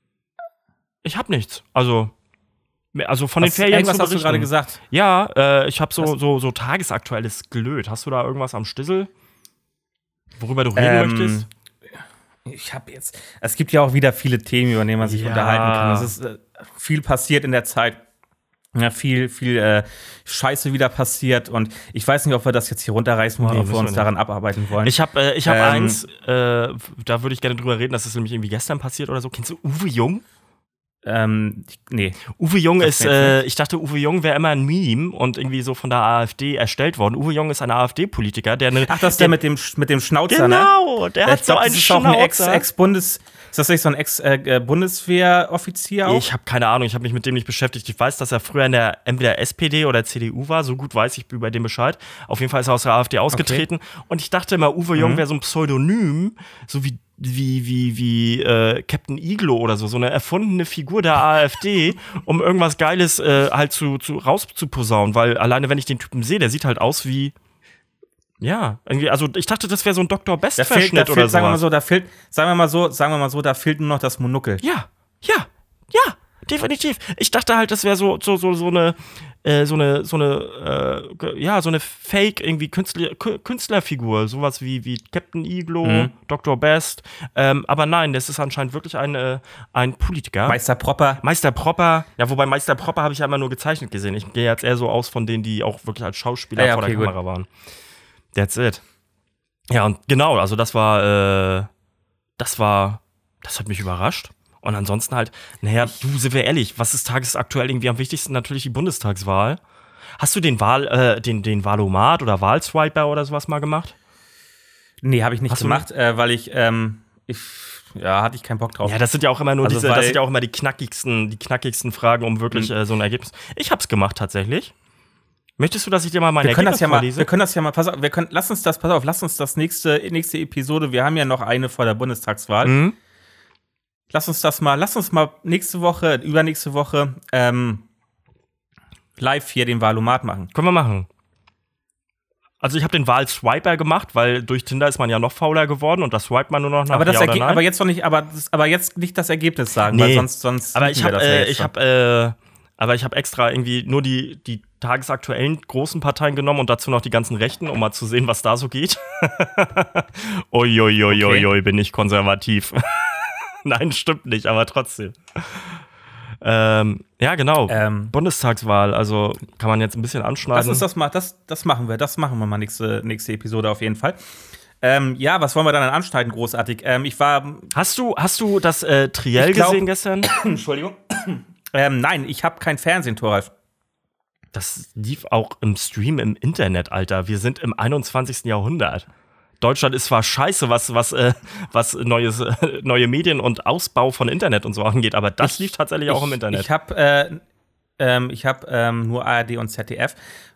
ich hab nichts. Also, also von was, den Ferien irgendwas hast du gerade gesagt. Ja, äh, ich hab so, so, so tagesaktuelles Glöd. Hast du da irgendwas am Stissel? Worüber du reden Ähm, möchtest? Ich habe jetzt, es gibt ja auch wieder viele Themen, über die man sich Ja. unterhalten kann. Es ist äh, viel passiert in der Zeit. Ja, viel, viel äh, Scheiße wieder passiert. Und ich weiß nicht, ob wir das jetzt hier runterreißen wollen, Nee, ob wir müssen uns wir daran abarbeiten wollen. Ich habe äh, ich hab Ähm, eins, äh, da würde ich gerne drüber reden, das ist nämlich irgendwie gestern passiert oder so. Kennst du Uwe Jung? ähm, nee. Uwe Jung Sagt ist, mir jetzt äh, ich dachte, Uwe Jung wäre immer ein Meme und irgendwie so von der AfD erstellt worden. Uwe Jung ist ein AfD-Politiker, der eine. Ach, das ist der mit dem, Sch- mit dem Schnauzer, ne? Genau, der hat Ich so glaub, einen das ist auch ein Ex- Schnauzer. Ex-Bundes- Ist das nicht so ein Ex-Bundeswehr-Offizier auch? Ich habe keine Ahnung, ich habe mich mit dem nicht beschäftigt. Ich weiß, dass er früher in der entweder S P D oder C D U war. So gut weiß ich über den Bescheid. Auf jeden Fall ist er aus der AfD ausgetreten. Und ich dachte immer, Uwe Jung Mhm. wäre so ein Pseudonym, so wie wie wie wie äh, Captain Iglo oder so, so eine erfundene Figur der AfD, um irgendwas Geiles äh, halt zu, zu rauszuposaunen. Weil alleine, wenn ich den Typen sehe, der sieht halt aus wie ja, irgendwie, also ich dachte, das wäre so ein Doktor Da fehlt, Best-Verschnitt da oder fehlt, sagen wir mal sowas. so, da fehlt, sagen wir mal so, sagen wir mal so, da fehlt nur noch das Monokel. Ja, ja, ja, definitiv. Ich dachte halt, das wäre so, so, so, so eine, äh, so eine, so eine, äh, ja, so eine Fake irgendwie Künstler, Kü- Künstlerfigur, sowas wie, wie Captain Iglo, Mhm. Doktor Best. Ähm, aber nein, das ist anscheinend wirklich ein, äh, ein Politiker. Meister Propper. Meister Propper, ja, wobei Meister Propper habe ich ja immer nur gezeichnet gesehen. Ich gehe jetzt eher so aus von denen, die auch wirklich als Schauspieler Ja, ja, vor der okay, gut. Kamera waren. That's it. Ja, und genau, also das war, äh, das war, das hat mich überrascht. Und ansonsten halt, naja, du, sind wir ehrlich, was ist tagesaktuell irgendwie am wichtigsten? Natürlich die Bundestagswahl. Hast du den Wahl, äh, den, den Wahlomat oder Wahlswiper oder sowas mal gemacht? Nee, habe ich nicht Hast du gemacht, äh, weil ich, ähm, ich, ja, hatte ich keinen Bock drauf. Ja, das sind ja auch immer nur Also, diese, weil- das sind ja auch immer die knackigsten, die knackigsten Fragen, um wirklich äh, so ein Ergebnis. Ich hab's gemacht tatsächlich. Möchtest du, dass ich dir mal mein wir können Ergebnis das ja mal, vorlese? wir können das ja mal, pass auf, wir können, lass uns das, pass auf, lass uns das nächste, nächste Episode, wir haben ja noch eine vor der Bundestagswahl. Mhm. Lass uns das mal, lass uns mal nächste Woche, übernächste Woche, ähm, live hier den Wahlomat machen. Können wir machen. Also ich habe den Wahlswiper gemacht, weil durch Tinder ist man ja noch fauler geworden und das swipet man nur noch nach Aber, das Ja oder Erge- Nein. aber jetzt noch nicht, aber, das, aber jetzt nicht das Ergebnis sagen, Nee. weil sonst, sonst Aber wissen ich wir habe das ja äh, jetzt ich schon. habe äh, aber ich habe extra irgendwie nur die die tagesaktuellen großen Parteien genommen und dazu noch die ganzen Rechten, um mal zu sehen, was da so geht. oi, oi, oi, oi, oi, bin ich konservativ. Nein, stimmt nicht, aber trotzdem. Ähm, ja, genau. Ähm, Bundestagswahl, also kann man jetzt ein bisschen anschneiden. Lass uns das mal, das, das machen wir, das machen wir mal nächste, nächste Episode auf jeden Fall. Ähm, ja, was wollen wir dann anschneiden, großartig? Ähm, ich war, Hast du, hast du das äh, Triell Ich glaub- gesehen gestern? Entschuldigung. ähm, nein, ich habe kein Fernsehen, Thoralf. Das lief auch im Stream im Internet, Alter. Wir sind im einundzwanzigsten Jahrhundert. Deutschland ist zwar scheiße, was, was, äh, was neues, äh, neue Medien und Ausbau von Internet und so angeht, aber das Ich- lief tatsächlich auch ich, im Internet. Ich habe äh, ähm, ich hab, ähm, nur A R D und Z D F.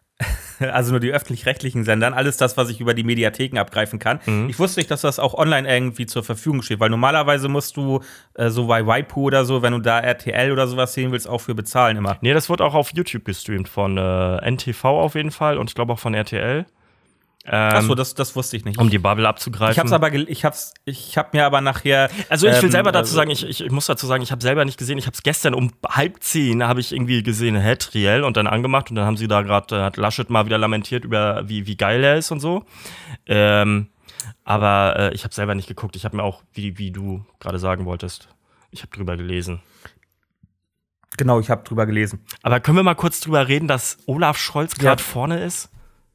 Also nur die öffentlich-rechtlichen Sendern, alles das, was ich über die Mediatheken abgreifen kann. Mhm. Ich wusste nicht, dass das auch online irgendwie zur Verfügung steht, weil normalerweise musst du äh, so bei Waipu oder so, wenn du da R T L oder sowas sehen willst, auch für bezahlen immer. Nee, das wird auch auf YouTube gestreamt von äh, N T V auf jeden Fall und ich glaube auch von R T L. Ähm, Achso, das, das wusste ich nicht. um die Bubble abzugreifen. Ich hab's aber, gel- ich hab's, ich hab mir aber nachher. Also ich will ähm, selber dazu also- sagen, ich, ich, ich muss dazu sagen, ich habe selber nicht gesehen. Ich habe es gestern um halb zehn habe ich irgendwie gesehen, hä, Triell und dann angemacht und dann haben sie da gerade, äh, hat Laschet mal wieder lamentiert über wie, wie geil er ist und so. Ähm, aber äh, ich habe selber nicht geguckt. Ich habe mir auch, wie, wie du gerade sagen wolltest, ich habe drüber gelesen. Genau, ich habe drüber gelesen. Aber können wir mal kurz drüber reden, dass Olaf Scholz gerade Ja. vorne ist?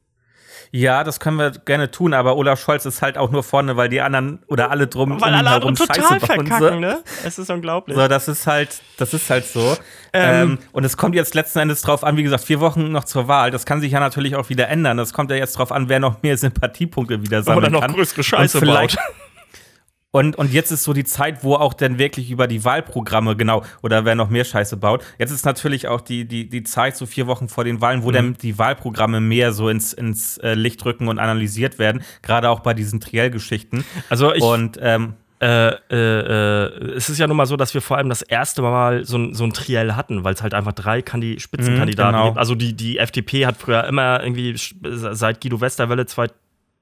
Ja, das können wir gerne tun, aber Olaf Scholz ist halt auch nur vorne, weil die anderen oder alle drum Weil alle herum anderen total Scheiße bauen. verkacken, So. ne? Es ist unglaublich. So, das ist halt, das ist halt so. Ähm. Ähm, und es kommt jetzt letzten Endes drauf an, wie gesagt, vier Wochen noch zur Wahl. Das kann sich ja natürlich auch wieder ändern. Das kommt ja jetzt drauf an, wer noch mehr Sympathiepunkte wieder sammeln Oder noch kann. größere Scheiße und vielleicht, baut. Und, und jetzt ist so die Zeit, wo auch dann wirklich über die Wahlprogramme, genau, oder wer noch mehr Scheiße baut. Jetzt ist natürlich auch die, die, die Zeit, so vier Wochen vor den Wahlen, wo Mhm. dann die Wahlprogramme mehr so ins, ins äh, Licht rücken und analysiert werden. Gerade auch bei diesen Triell-Geschichten. Also ich, Und ähm, Äh, äh, äh, es ist ja nun mal so, dass wir vor allem das erste Mal so ein, so ein Triell hatten, weil es halt einfach drei Kandi- Spitzenkandidaten Mhm, genau. gibt. Also die, die F D P hat früher immer irgendwie sch- seit Guido Westerwelle zwei,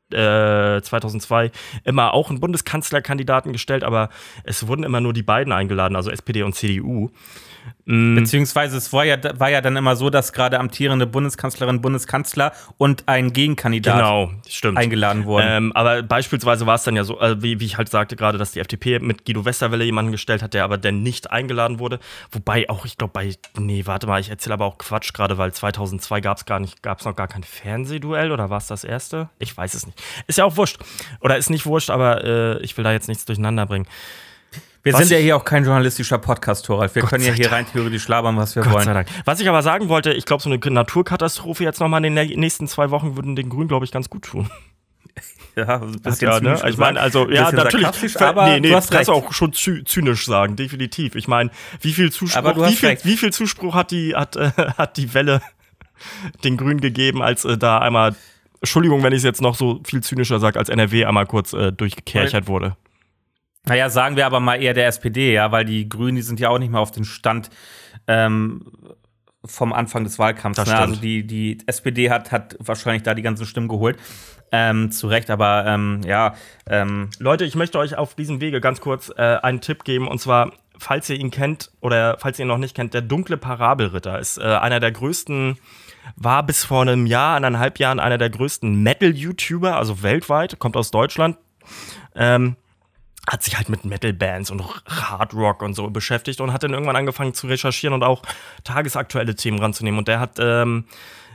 äh, zweitausendzwei immer auch einen Bundeskanzlerkandidaten gestellt, aber es wurden immer nur die beiden eingeladen, also S P D und C D U. Mhm. Beziehungsweise es war ja, war ja dann immer so, dass gerade amtierende Bundeskanzlerin, Bundeskanzler und ein Gegenkandidat genau, stimmt. eingeladen wurden. Ähm, aber beispielsweise war es dann ja so, äh, wie, wie ich halt sagte gerade, dass die F D P mit Guido Westerwelle jemanden gestellt hat, der aber dann nicht eingeladen wurde. Wobei auch, ich glaube, bei, nee, warte mal, ich erzähle aber auch Quatsch gerade, weil zweitausendzwei gab es gar nicht, gab es noch gar kein Fernsehduell oder war es das erste? Ich weiß es nicht. Ist ja auch wurscht. Oder ist nicht wurscht, aber äh, ich will da jetzt nichts durcheinander bringen. Wir was sind ja hier auch kein journalistischer Podcast, Thoralf. Wir Gott können ja hier rein theoretisch labern, was wir Gott wollen. Sei Dank. Was ich aber sagen wollte, ich glaube, so eine Naturkatastrophe jetzt nochmal in den nächsten zwei Wochen würden den Grünen, glaube ich, ganz gut tun. Ja, ein bisschen ja, ne? Ich meine, also, ja, natürlich. Aber nee, nee, du hast kannst recht. auch schon zynisch sagen, definitiv. Ich meine, wie viel Zuspruch, aber du wie hast viel, recht. wie viel Zuspruch hat die, hat, äh, hat die Welle den Grünen gegeben, als äh, da einmal, Entschuldigung, wenn ich es jetzt noch so viel zynischer sage, als N R W einmal kurz äh, durchgekerchert wurde. Naja, sagen wir aber mal eher der S P D, ja, weil die Grünen, die sind ja auch nicht mehr auf den Stand ähm, vom Anfang des Wahlkampfs. Das Ne? stimmt. Also die, die S P D hat, hat wahrscheinlich da die ganzen Stimmen geholt. Ähm, zu Recht, aber ähm, ja. Ähm, Leute, ich möchte euch auf diesem Wege ganz kurz äh, einen Tipp geben, und zwar, falls ihr ihn kennt oder falls ihr ihn noch nicht kennt, der dunkle Parabelritter ist äh, einer der größten, war bis vor einem Jahr, eineinhalb Jahren einer der größten Metal-YouTuber, also weltweit, kommt aus Deutschland. Ähm, hat sich halt mit Metal-Bands und Hard Rock und so beschäftigt und hat dann irgendwann angefangen zu recherchieren und auch tagesaktuelle Themen ranzunehmen. Und der hat, ähm,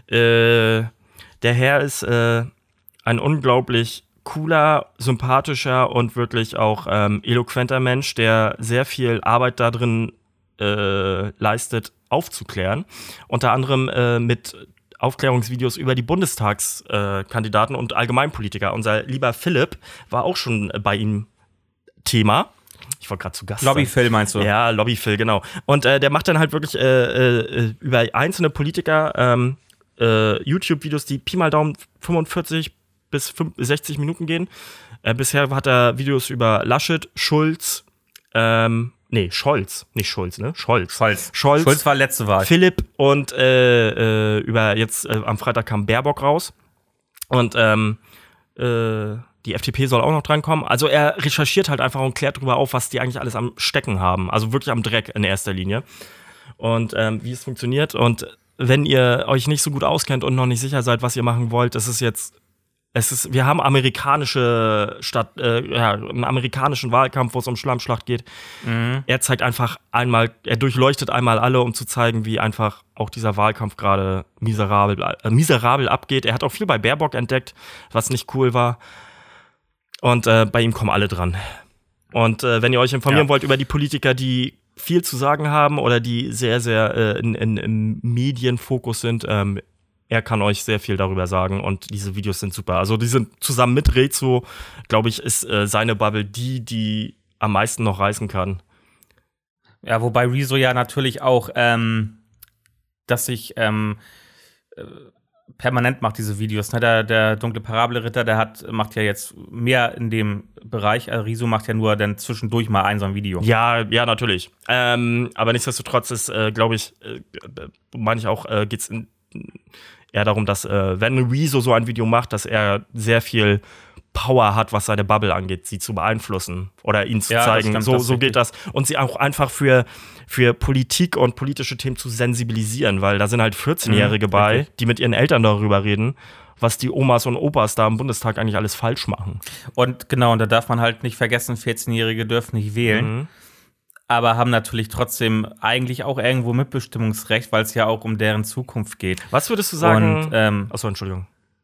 äh, der Herr ist äh, ein unglaublich cooler, sympathischer und wirklich auch ähm, eloquenter Mensch, der sehr viel Arbeit da drin äh, leistet, aufzuklären. Unter anderem äh, mit Aufklärungsvideos über die Bundestagskandidaten äh, und Allgemeinpolitiker. Unser lieber Philipp war auch schon bei ihm Thema. Ich wollte gerade zu Gast Lobby sein. Phil meinst du? Ja, Lobby Phil, genau. Und äh, der macht dann halt wirklich äh, äh, über einzelne Politiker ähm, äh, YouTube-Videos, die Pi mal Daumen fünfundvierzig bis sechzig Minuten gehen. Äh, bisher hat er Videos über Laschet, Schulz, ähm, nee, Scholz, nicht Schulz, ne? Scholz. Scholz. Scholz, Scholz war letzte Wahl. Philipp und äh, äh, über jetzt äh, am Freitag kam Baerbock raus. Und ähm, äh, die F D P soll auch noch drankommen. Also er recherchiert halt einfach und klärt darüber auf, was die eigentlich alles am Stecken haben. Also wirklich am Dreck in erster Linie. Und ähm, wie es funktioniert. Und wenn ihr euch nicht so gut auskennt und noch nicht sicher seid, was ihr machen wollt, das ist jetzt, es ist, wir haben amerikanische Stadt, äh, ja, einen amerikanischen Wahlkampf, wo es um Schlammschlacht geht. Mhm. Er zeigt einfach einmal, er durchleuchtet einmal alle, um zu zeigen, wie einfach auch dieser Wahlkampf gerade miserabel, äh, miserabel abgeht. Er hat auch viel bei Baerbock entdeckt, was nicht cool war. Und äh, bei ihm kommen alle dran. Und äh, wenn ihr euch informieren Ja. wollt über die Politiker, die viel zu sagen haben oder die sehr, sehr äh, in, in, im Medienfokus sind, ähm, er kann euch sehr viel darüber sagen. Und diese Videos sind super. Also die sind zusammen mit Rezo, glaube ich, ist äh, seine Bubble die, die am meisten noch reißen kann. Ja, wobei Rezo ja natürlich auch, ähm, dass sich ähm, äh, permanent macht, diese Videos. Ne? Der, der dunkle Parabelritter, der hat, macht ja jetzt mehr in dem Bereich. Äh, Rezo macht ja nur dann zwischendurch mal ein so ein Video. Ja, ja, natürlich. Ähm, aber nichtsdestotrotz ist, äh, glaube ich, äh, meine ich auch, äh, geht es eher darum, dass, äh, wenn Rezo so ein Video macht, dass er sehr viel Power hat, was seine Bubble angeht, sie zu beeinflussen oder ihnen zu Ja, das zeigen. stimmt, so das ist so richtig. geht das. Und sie auch einfach für, für Politik und politische Themen zu sensibilisieren, weil da sind halt vierzehnjährige Mhm, bei, richtig. die mit ihren Eltern darüber reden, was die Omas und Opas da im Bundestag eigentlich alles falsch machen. Und genau, und da darf man halt nicht vergessen, vierzehnjährige dürfen nicht wählen, Mhm. aber haben natürlich trotzdem eigentlich auch irgendwo Mitbestimmungsrecht, weil es ja auch um deren Zukunft geht. Was würdest du sagen? Und, ähm, Achso, Entschuldigung.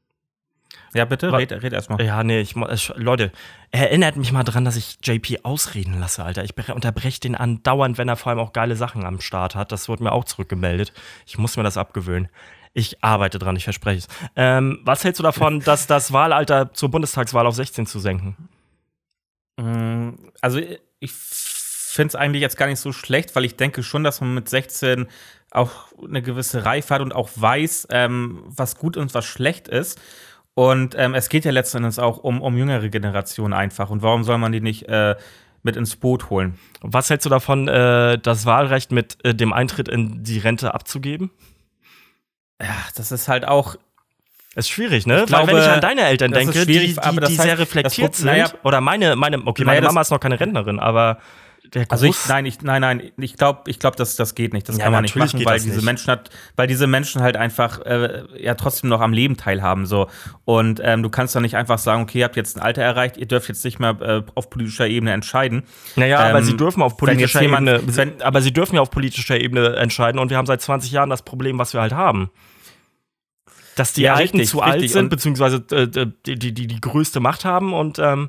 ja, bitte, Wa- red, red erstmal. Ja, nee, ich, mu- ich, Leute, erinnert mich mal dran, dass ich J P ausreden lasse, Alter. Ich bre- unterbreche den andauernd, wenn er vor allem auch geile Sachen am Start hat. Das wurde mir auch zurückgemeldet. Ich muss mir das abgewöhnen. Ich arbeite dran, ich verspreche es. Ähm, was hältst du davon, dass das Wahlalter zur Bundestagswahl auf sechzehn zu senken? Also ich finde es eigentlich jetzt gar nicht so schlecht, weil ich denke schon, dass man mit sechzehn auch eine gewisse Reife hat und auch weiß, ähm, was gut und was schlecht ist. Und ähm, es geht ja letzten Endes auch um, um jüngere Generationen einfach. Und warum soll man die nicht äh, mit ins Boot holen? Was hältst du davon, äh, das Wahlrecht mit äh, dem Eintritt in die Rente abzugeben? Ja, das ist halt auch, Ist schwierig, ne? Ich glaube, Weil wenn ich an deine Eltern denke, die, die, aber das die heißt, sehr reflektiert das, sind, naja, oder meine, meine, okay, meine naja, Mama ist noch keine Rentnerin, aber der Also ich, Groß- nein, ich, nein, nein, ich glaube, ich glaub, das, das geht nicht. Das Ja, kann man nicht natürlich machen, geht weil das diese nicht. Menschen hat, weil diese Menschen halt einfach äh, ja trotzdem noch am Leben teilhaben. So. Und ähm, du kannst doch nicht einfach sagen, okay, ihr habt jetzt ein Alter erreicht, ihr dürft jetzt nicht mehr äh, auf politischer Ebene entscheiden. Naja, ähm, aber sie dürfen auf wenn jetzt politischer jemand- Ebene, wenn- aber sie dürfen ja auf politischer Ebene entscheiden und wir haben seit zwanzig Jahren das Problem, was wir halt haben. Dass die Ja, Alten richtig, zu alt richtig. sind, Und- beziehungsweise äh, die, die, die die größte Macht haben und ähm,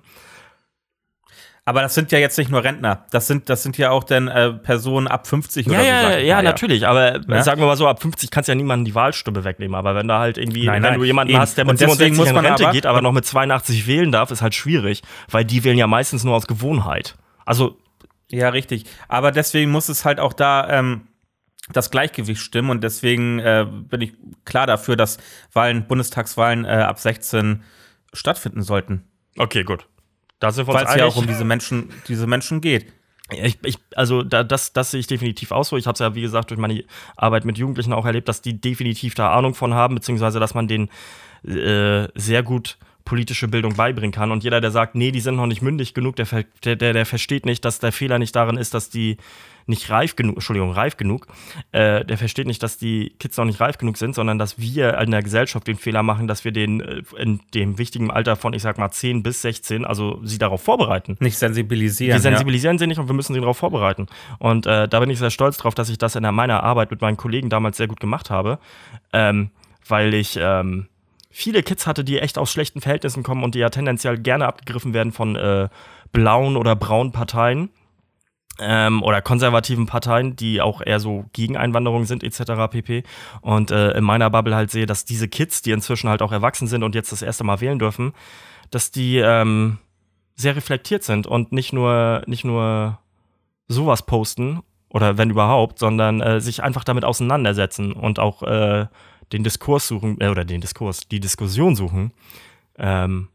Aber das sind ja jetzt nicht nur Rentner. Das sind, das sind ja auch dann äh, Personen ab fünfzig ja, oder so. ja, sag ja, ich ja, mal, natürlich, aber Ja? sagen wir mal so, ab fünfzig kannst du ja niemandem die Wahlstimme wegnehmen, aber wenn da halt irgendwie, Nein, wenn nein, du jemanden eben. hast, der mit Und deswegen siebenundsechzig muss in man Rente aber- geht, aber noch mit zweiundachtzig wählen darf, ist halt schwierig, weil die wählen ja meistens nur aus Gewohnheit. Also, Ja, richtig. Aber deswegen muss es halt auch da ähm, das Gleichgewicht stimmen und deswegen äh, bin ich klar dafür, dass Wahlen, Bundestagswahlen äh, ab sechzehn stattfinden sollten. okay, gut. Da sind wir uns Weil es ja einig. auch um diese Menschen, diese Menschen geht. Ich, ich, also da, das, das sehe ich definitiv auch so. Ich habe es ja, wie gesagt, durch meine Arbeit mit Jugendlichen auch erlebt, dass die definitiv da Ahnung von haben, beziehungsweise dass man denen äh, sehr gut politische Bildung beibringen kann. Und jeder, der sagt, nee, die sind noch nicht mündig genug, der, ver- der, der, der versteht nicht, dass der Fehler nicht darin ist, dass die nicht reif genug, Entschuldigung, reif genug, äh, der versteht nicht, dass die Kids noch nicht reif genug sind, sondern dass wir in der Gesellschaft den Fehler machen, dass wir den äh, in dem wichtigen Alter von, ich sag mal, zehn bis sechzehn, also sie darauf vorbereiten. Nicht sensibilisieren. Wir sensibilisieren sie nicht und wir müssen sie darauf vorbereiten. Und äh, da bin ich sehr stolz drauf, dass ich das in meiner Arbeit mit meinen Kollegen damals sehr gut gemacht habe, ähm, weil ich ähm, viele Kids hatte, die echt aus schlechten Verhältnissen kommen und die ja tendenziell gerne abgegriffen werden von äh, blauen oder braunen Parteien ähm, oder konservativen Parteien, die auch eher so gegen Einwanderung sind et cetera pp. Und äh, in meiner Bubble halt sehe, dass diese Kids, die inzwischen halt auch erwachsen sind und jetzt das erste Mal wählen dürfen, dass die ähm, sehr reflektiert sind und nicht nur, nicht nur sowas posten oder wenn überhaupt, sondern äh, sich einfach damit auseinandersetzen und auch äh, den Diskurs suchen, äh, oder den Diskurs, die Diskussion suchen. Ähm,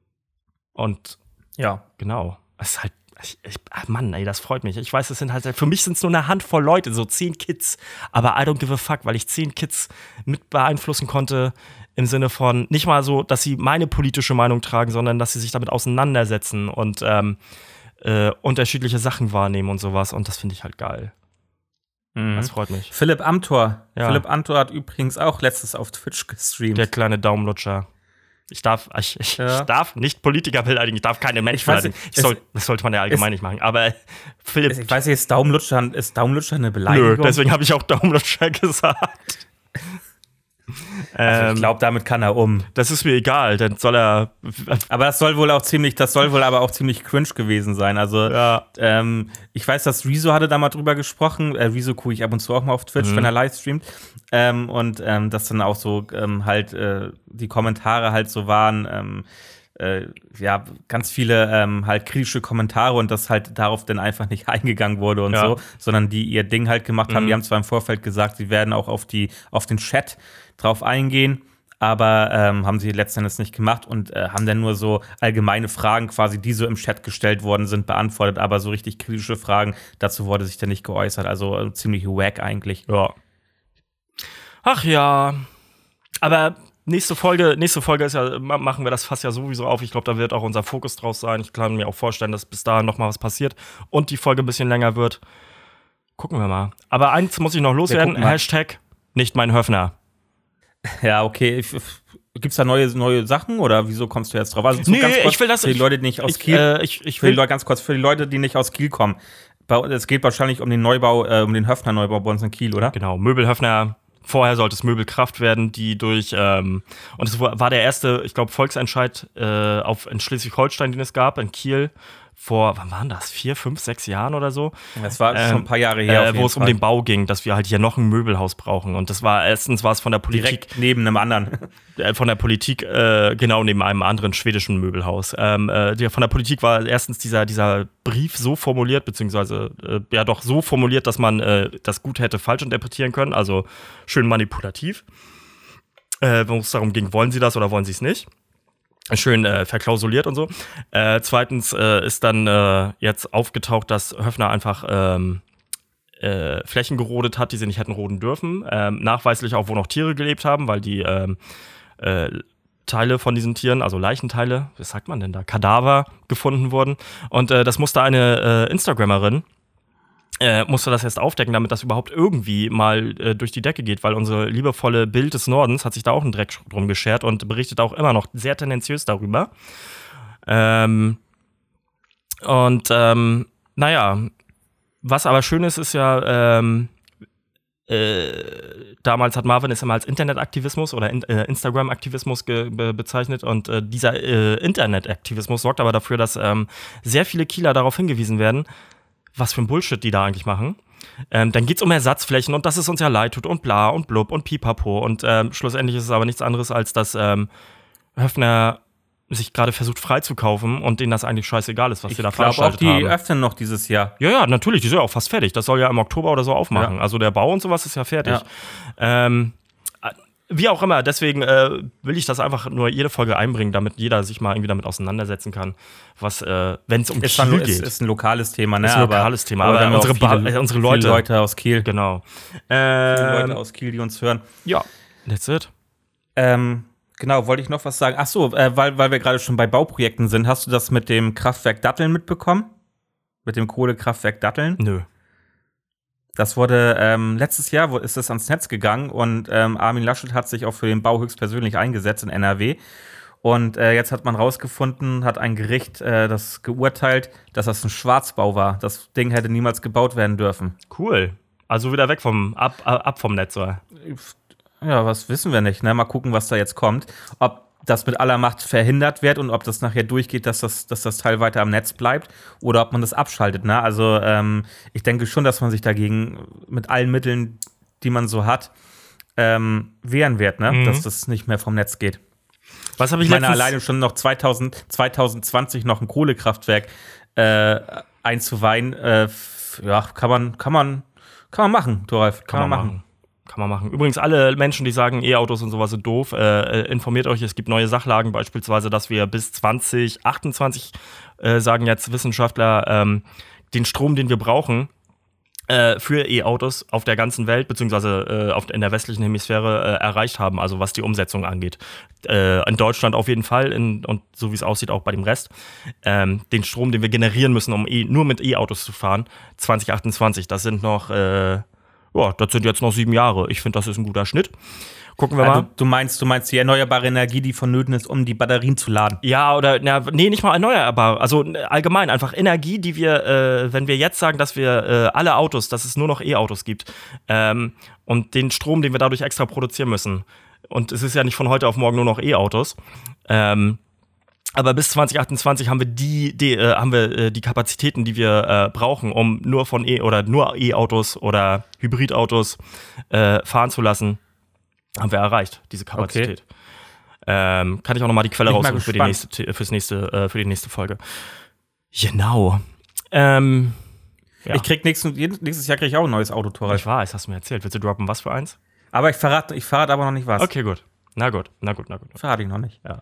und Ja. genau, es ist halt, ich, ich, ach Mann, ey, das freut mich. Ich weiß, es sind halt, für mich sind es nur eine Handvoll Leute, so zehn Kids, aber I don't give a fuck, weil ich zehn Kids mit beeinflussen konnte, im Sinne von, nicht mal so, dass sie meine politische Meinung tragen, sondern dass sie sich damit auseinandersetzen und ähm, äh, unterschiedliche Sachen wahrnehmen und sowas. Und das finde ich halt geil. Mhm. Das freut mich. Philipp Amthor. Ja. Philipp Amthor hat übrigens auch letztes auf Twitch gestreamt. Der kleine Daumenlutscher. Ich darf, ich, ich, Ja. ich darf nicht Politiker beleidigen, ich darf keine Menschen Ich weiß beleidigen. nicht, Ich es- soll, das sollte man ja allgemein nicht machen. Aber Philipp, ich weiß nicht, ist Daumenlutscher, ist Daumenlutscher eine Beleidigung? nö, deswegen habe ich auch Daumenlutscher gesagt. Also ähm, ich glaube, damit kann er um. das ist mir egal, dann soll er. Aber das soll wohl auch ziemlich, das soll wohl aber auch ziemlich cringe gewesen sein. Also Ja. ähm, ich weiß, dass Rezo hatte da mal drüber gesprochen. Äh, Rezo gucke ich ab und zu auch mal auf Twitch, Mhm. wenn er live streamt. Ähm, und ähm, dass dann auch so ähm, halt äh, die Kommentare halt so waren, ähm, äh, ja, ganz viele ähm, halt kritische Kommentare und dass halt darauf dann einfach nicht eingegangen wurde und Ja. so, sondern die ihr Ding halt gemacht haben. Mhm. Die haben zwar im Vorfeld gesagt, sie werden auch auf die, auf den Chat drauf eingehen, aber ähm, haben sie letzten Endes nicht gemacht und äh, haben dann nur so allgemeine Fragen quasi, die so im Chat gestellt worden sind, beantwortet, aber so richtig kritische Fragen, dazu wurde sich dann nicht geäußert, also äh, ziemlich wack eigentlich. Ja. Ach ja. Aber nächste Folge, nächste Folge ist ja, ma- machen wir das Fass ja sowieso auf. Ich glaube, da wird auch unser Fokus draus sein. Ich kann mir auch vorstellen, dass bis dahin noch mal was passiert und die Folge ein bisschen länger wird. Gucken wir mal. Aber eins muss ich noch loswerden. gucken mal. Hashtag nicht mein Höfner. Ja, okay. Ich- Gibt's da neue, neue Sachen oder wieso kommst du jetzt drauf? Also so Nee, ganz kurz, ich will das- für die ich- Leute, die nicht aus Ich, Kiel, äh, ich, ich für die will Leute, ganz kurz, für die Leute, die nicht aus Kiel kommen. Bei, es geht wahrscheinlich um den Neubau, äh, um den Höfner-Neubau bei uns in Kiel, oder? Genau, Möbelhöfner. Vorher sollte es Möbelkraft werden, die durch, ähm, und es war der erste, ich glaube, Volksentscheid äh, auf, in Schleswig-Holstein, den es gab, in Kiel, vor, wann waren das? Vier, fünf, sechs Jahren oder so? Das war Ähm, schon ein paar Jahre her. auf Äh, wo jeden es um Fall. den Bau ging, dass wir halt hier noch ein Möbelhaus brauchen. Und das war, erstens war es von der Politik, Direkt neben einem anderen. äh, von der Politik, äh, genau neben einem anderen schwedischen Möbelhaus. Ähm, äh, die, von der Politik war erstens dieser, dieser Brief so formuliert, beziehungsweise äh, ja doch so formuliert, dass man äh, das gut hätte falsch interpretieren können, also schön manipulativ. Äh, wo es darum ging, wollen sie das oder wollen sie es nicht? Schön äh, verklausuliert und so. Äh, zweitens äh, ist dann äh, jetzt aufgetaucht, dass Höfner einfach ähm, äh, Flächen gerodet hat, die sie nicht hätten roden dürfen. Ähm, nachweislich auch, wo noch Tiere gelebt haben, weil die ähm, äh, Teile von diesen Tieren, also Leichenteile, was sagt man denn da, Kadaver gefunden wurden. Und äh, das musste eine äh, Instagrammerin, äh, musste das erst aufdecken, damit das überhaupt irgendwie mal äh, durch die Decke geht, weil unsere liebevolle Bild des Nordens hat sich da auch einen Dreck drum geschert und berichtet auch immer noch sehr tendenziös darüber. Ähm, und ähm, naja, was aber schön ist, ist ja, ähm, Äh, damals hat Marvin es immer als Internetaktivismus oder in, äh, Instagram-Aktivismus ge- be- bezeichnet und äh, dieser äh, Internetaktivismus sorgt aber dafür, dass ähm, sehr viele Kieler darauf hingewiesen werden, was für ein Bullshit die da eigentlich machen. Ähm, dann geht es um Ersatzflächen und dass es uns ja leid tut und bla und blub und pipapo und ähm, schlussendlich ist es aber nichts anderes, als dass ähm, Höfner sich gerade versucht freizukaufen und denen das eigentlich scheißegal ist, was sie da veranstaltet haben. Ich glaube auch, die öffnen noch dieses Jahr. Ja, ja, natürlich, die sind ja auch fast fertig. Das soll ja im Oktober oder so aufmachen. Ja. Also der Bau und sowas ist ja fertig. Ja. Ähm, wie auch immer, deswegen äh, will ich das einfach nur jede Folge einbringen, damit jeder sich mal irgendwie damit auseinandersetzen kann, was, äh, wenn es um ist Kiel ein, geht. Ist, ist ein lokales Thema, ne? Ist ein lokales aber, Thema, aber, aber, aber unsere, viele, ba- äh, unsere Leute. Viele Leute aus Kiel. Genau. Ähm, viele Ähm, Leute aus Kiel, die uns hören. Ja, that's it. Ähm, genau, wollte ich noch was sagen? Ach so, äh, weil, weil wir gerade schon bei Bauprojekten sind. Hast du das mit dem Kraftwerk Datteln mitbekommen? Mit dem Kohlekraftwerk Datteln? Nö. Das wurde ähm, letztes Jahr wo ist das ans Netz gegangen und ähm, Armin Laschet hat sich auch für den Bau höchstpersönlich eingesetzt in N R W. Und äh, jetzt hat man rausgefunden, hat ein Gericht äh, das geurteilt, dass das ein Schwarzbau war. Das Ding hätte niemals gebaut werden dürfen. Cool. Also wieder weg vom, ab, ab vom Netz, oder? Ja, was wissen wir nicht. Ne? Mal gucken, was da jetzt kommt. Ob das mit aller Macht verhindert wird und ob das nachher durchgeht, dass das, dass das Teil weiter am Netz bleibt oder ob man das abschaltet. Ne? Also ähm, ich denke schon, dass man sich dagegen mit allen Mitteln, die man so hat, ähm, wehren wird, ne? Mhm. Dass das nicht mehr vom Netz geht. Was habe ich Ich meine, letztens- alleine schon noch zweitausend, zwanzig zwanzig noch ein Kohlekraftwerk äh, einzuweihen, äh, f- ja, kann man, kann man, kann man machen, Thoralf. Kann, Kann man machen. Kann man machen. Übrigens, alle Menschen, die sagen, E-Autos und sowas sind doof, äh, informiert euch, es gibt neue Sachlagen, beispielsweise, dass wir bis zwanzig achtundzwanzig, äh, sagen jetzt Wissenschaftler, ähm, den Strom, den wir brauchen, äh, für E-Autos auf der ganzen Welt, beziehungsweise äh, auf, in der westlichen Hemisphäre äh, erreicht haben, also was die Umsetzung angeht. Äh, in Deutschland auf jeden Fall in, und so wie es aussieht auch bei dem Rest. Ähm, den Strom, den wir generieren müssen, um e- nur mit E-Autos zu fahren, zwanzig achtundzwanzig, das sind noch äh, Ja, das sind jetzt noch sieben Jahre. Ich finde, das ist ein guter Schnitt. Gucken wir Also, mal. du meinst, du meinst die erneuerbare Energie, die vonnöten ist, um die Batterien zu laden. Ja, oder, na, nee, nicht mal erneuerbar. Also allgemein einfach Energie, die wir, äh, wenn wir jetzt sagen, dass wir äh, alle Autos, dass es nur noch E-Autos gibt ähm, und den Strom, den wir dadurch extra produzieren müssen. Und es ist ja nicht von heute auf morgen nur noch E-Autos. Ähm, aber bis zwanzig achtundzwanzig haben wir die, die äh, haben wir äh, die Kapazitäten, die wir äh, brauchen, um nur von E oder nur E-Autos oder Hybridautos äh, fahren zu lassen, haben wir erreicht, diese Kapazität. Okay. Ähm, kann ich auch noch mal die Quelle raussuchen für die nächste, fürs nächste, äh, für die nächste Folge. Genau. Ähm, ja. Ich krieg nächsten, nächstes Jahr krieg ich auch ein neues Auto, Thoralf. Ich weiß, hast du mir erzählt. Willst du droppen, was für eins? Aber ich verrate ich verrat aber noch nicht was. Okay, gut. Na gut, na gut, na gut. Verrate ich noch nicht. Ja.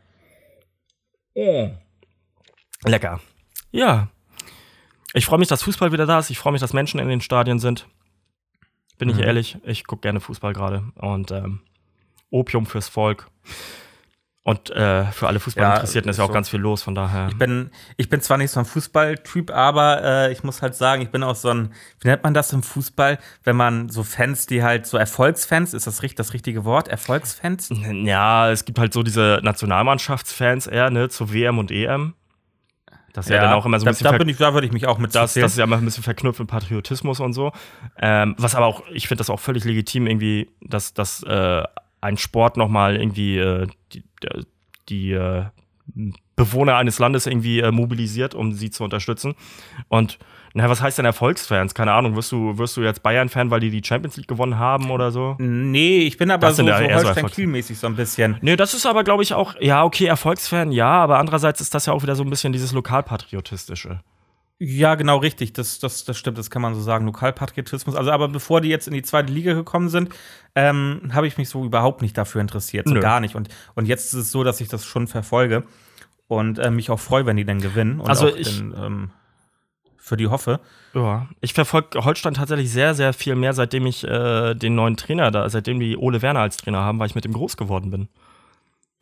Lecker. Ja. Ich freue mich, dass Fußball wieder da ist. Ich freue mich, dass Menschen in den Stadien sind. Bin ich Mhm. ehrlich, ich gucke gerne Fußball gerade. Und ähm, Opium fürs Volk. Und äh, für alle Fußballinteressierten Ja, ist ja auch so. ganz viel los, von daher. Ich bin, ich bin zwar nicht so ein Fußballtyp, aber äh, ich muss halt sagen, ich bin auch so ein, wie nennt man das im Fußball, wenn man so Fans, die halt so Erfolgsfans, ist das richtig, das richtige Wort? Erfolgsfans? Ja, es gibt halt so diese Nationalmannschaftsfans eher, ne, zu W M und E M. Das ist ja, ja dann auch immer so ein da, bisschen. Da, ver- bin ich, da würde ich mich auch mit Das, zählen. das ist ja immer ein bisschen verknüpft mit Patriotismus und so. Ähm, was aber auch, ich finde das auch völlig legitim, irgendwie, dass, dass äh, ein Sport nochmal irgendwie äh, die, die äh, Bewohner eines Landes irgendwie äh, mobilisiert, um sie zu unterstützen. Und na, was heißt denn Erfolgsfans? Keine Ahnung, wirst du, wirst du jetzt Bayern-Fan, weil die die Champions League gewonnen haben oder so? Nee, ich bin aber Das so, sind so ja eher so Holstein-Kiel-mäßig so ein bisschen. Nee, das ist aber, glaube ich, auch, ja, okay, Erfolgsfan, ja, aber andererseits ist das ja auch wieder so ein bisschen dieses Lokalpatriotistische. Ja, genau, richtig. Das, das, das stimmt, das kann man so sagen. Lokalpatriotismus. Also, aber bevor die jetzt in die zweite Liga gekommen sind, ähm, habe ich mich so überhaupt nicht dafür interessiert. So Nö. gar nicht. Und, und jetzt ist es so, dass ich das schon verfolge und äh, mich auch freue, wenn die dann gewinnen. Und Also auch ich- den, ähm, für die hoffe. Ja, ich verfolge Holstein tatsächlich sehr, sehr viel mehr, seitdem ich äh, den neuen Trainer da, seitdem die Ole Werner als Trainer haben, weil ich mit dem groß geworden bin.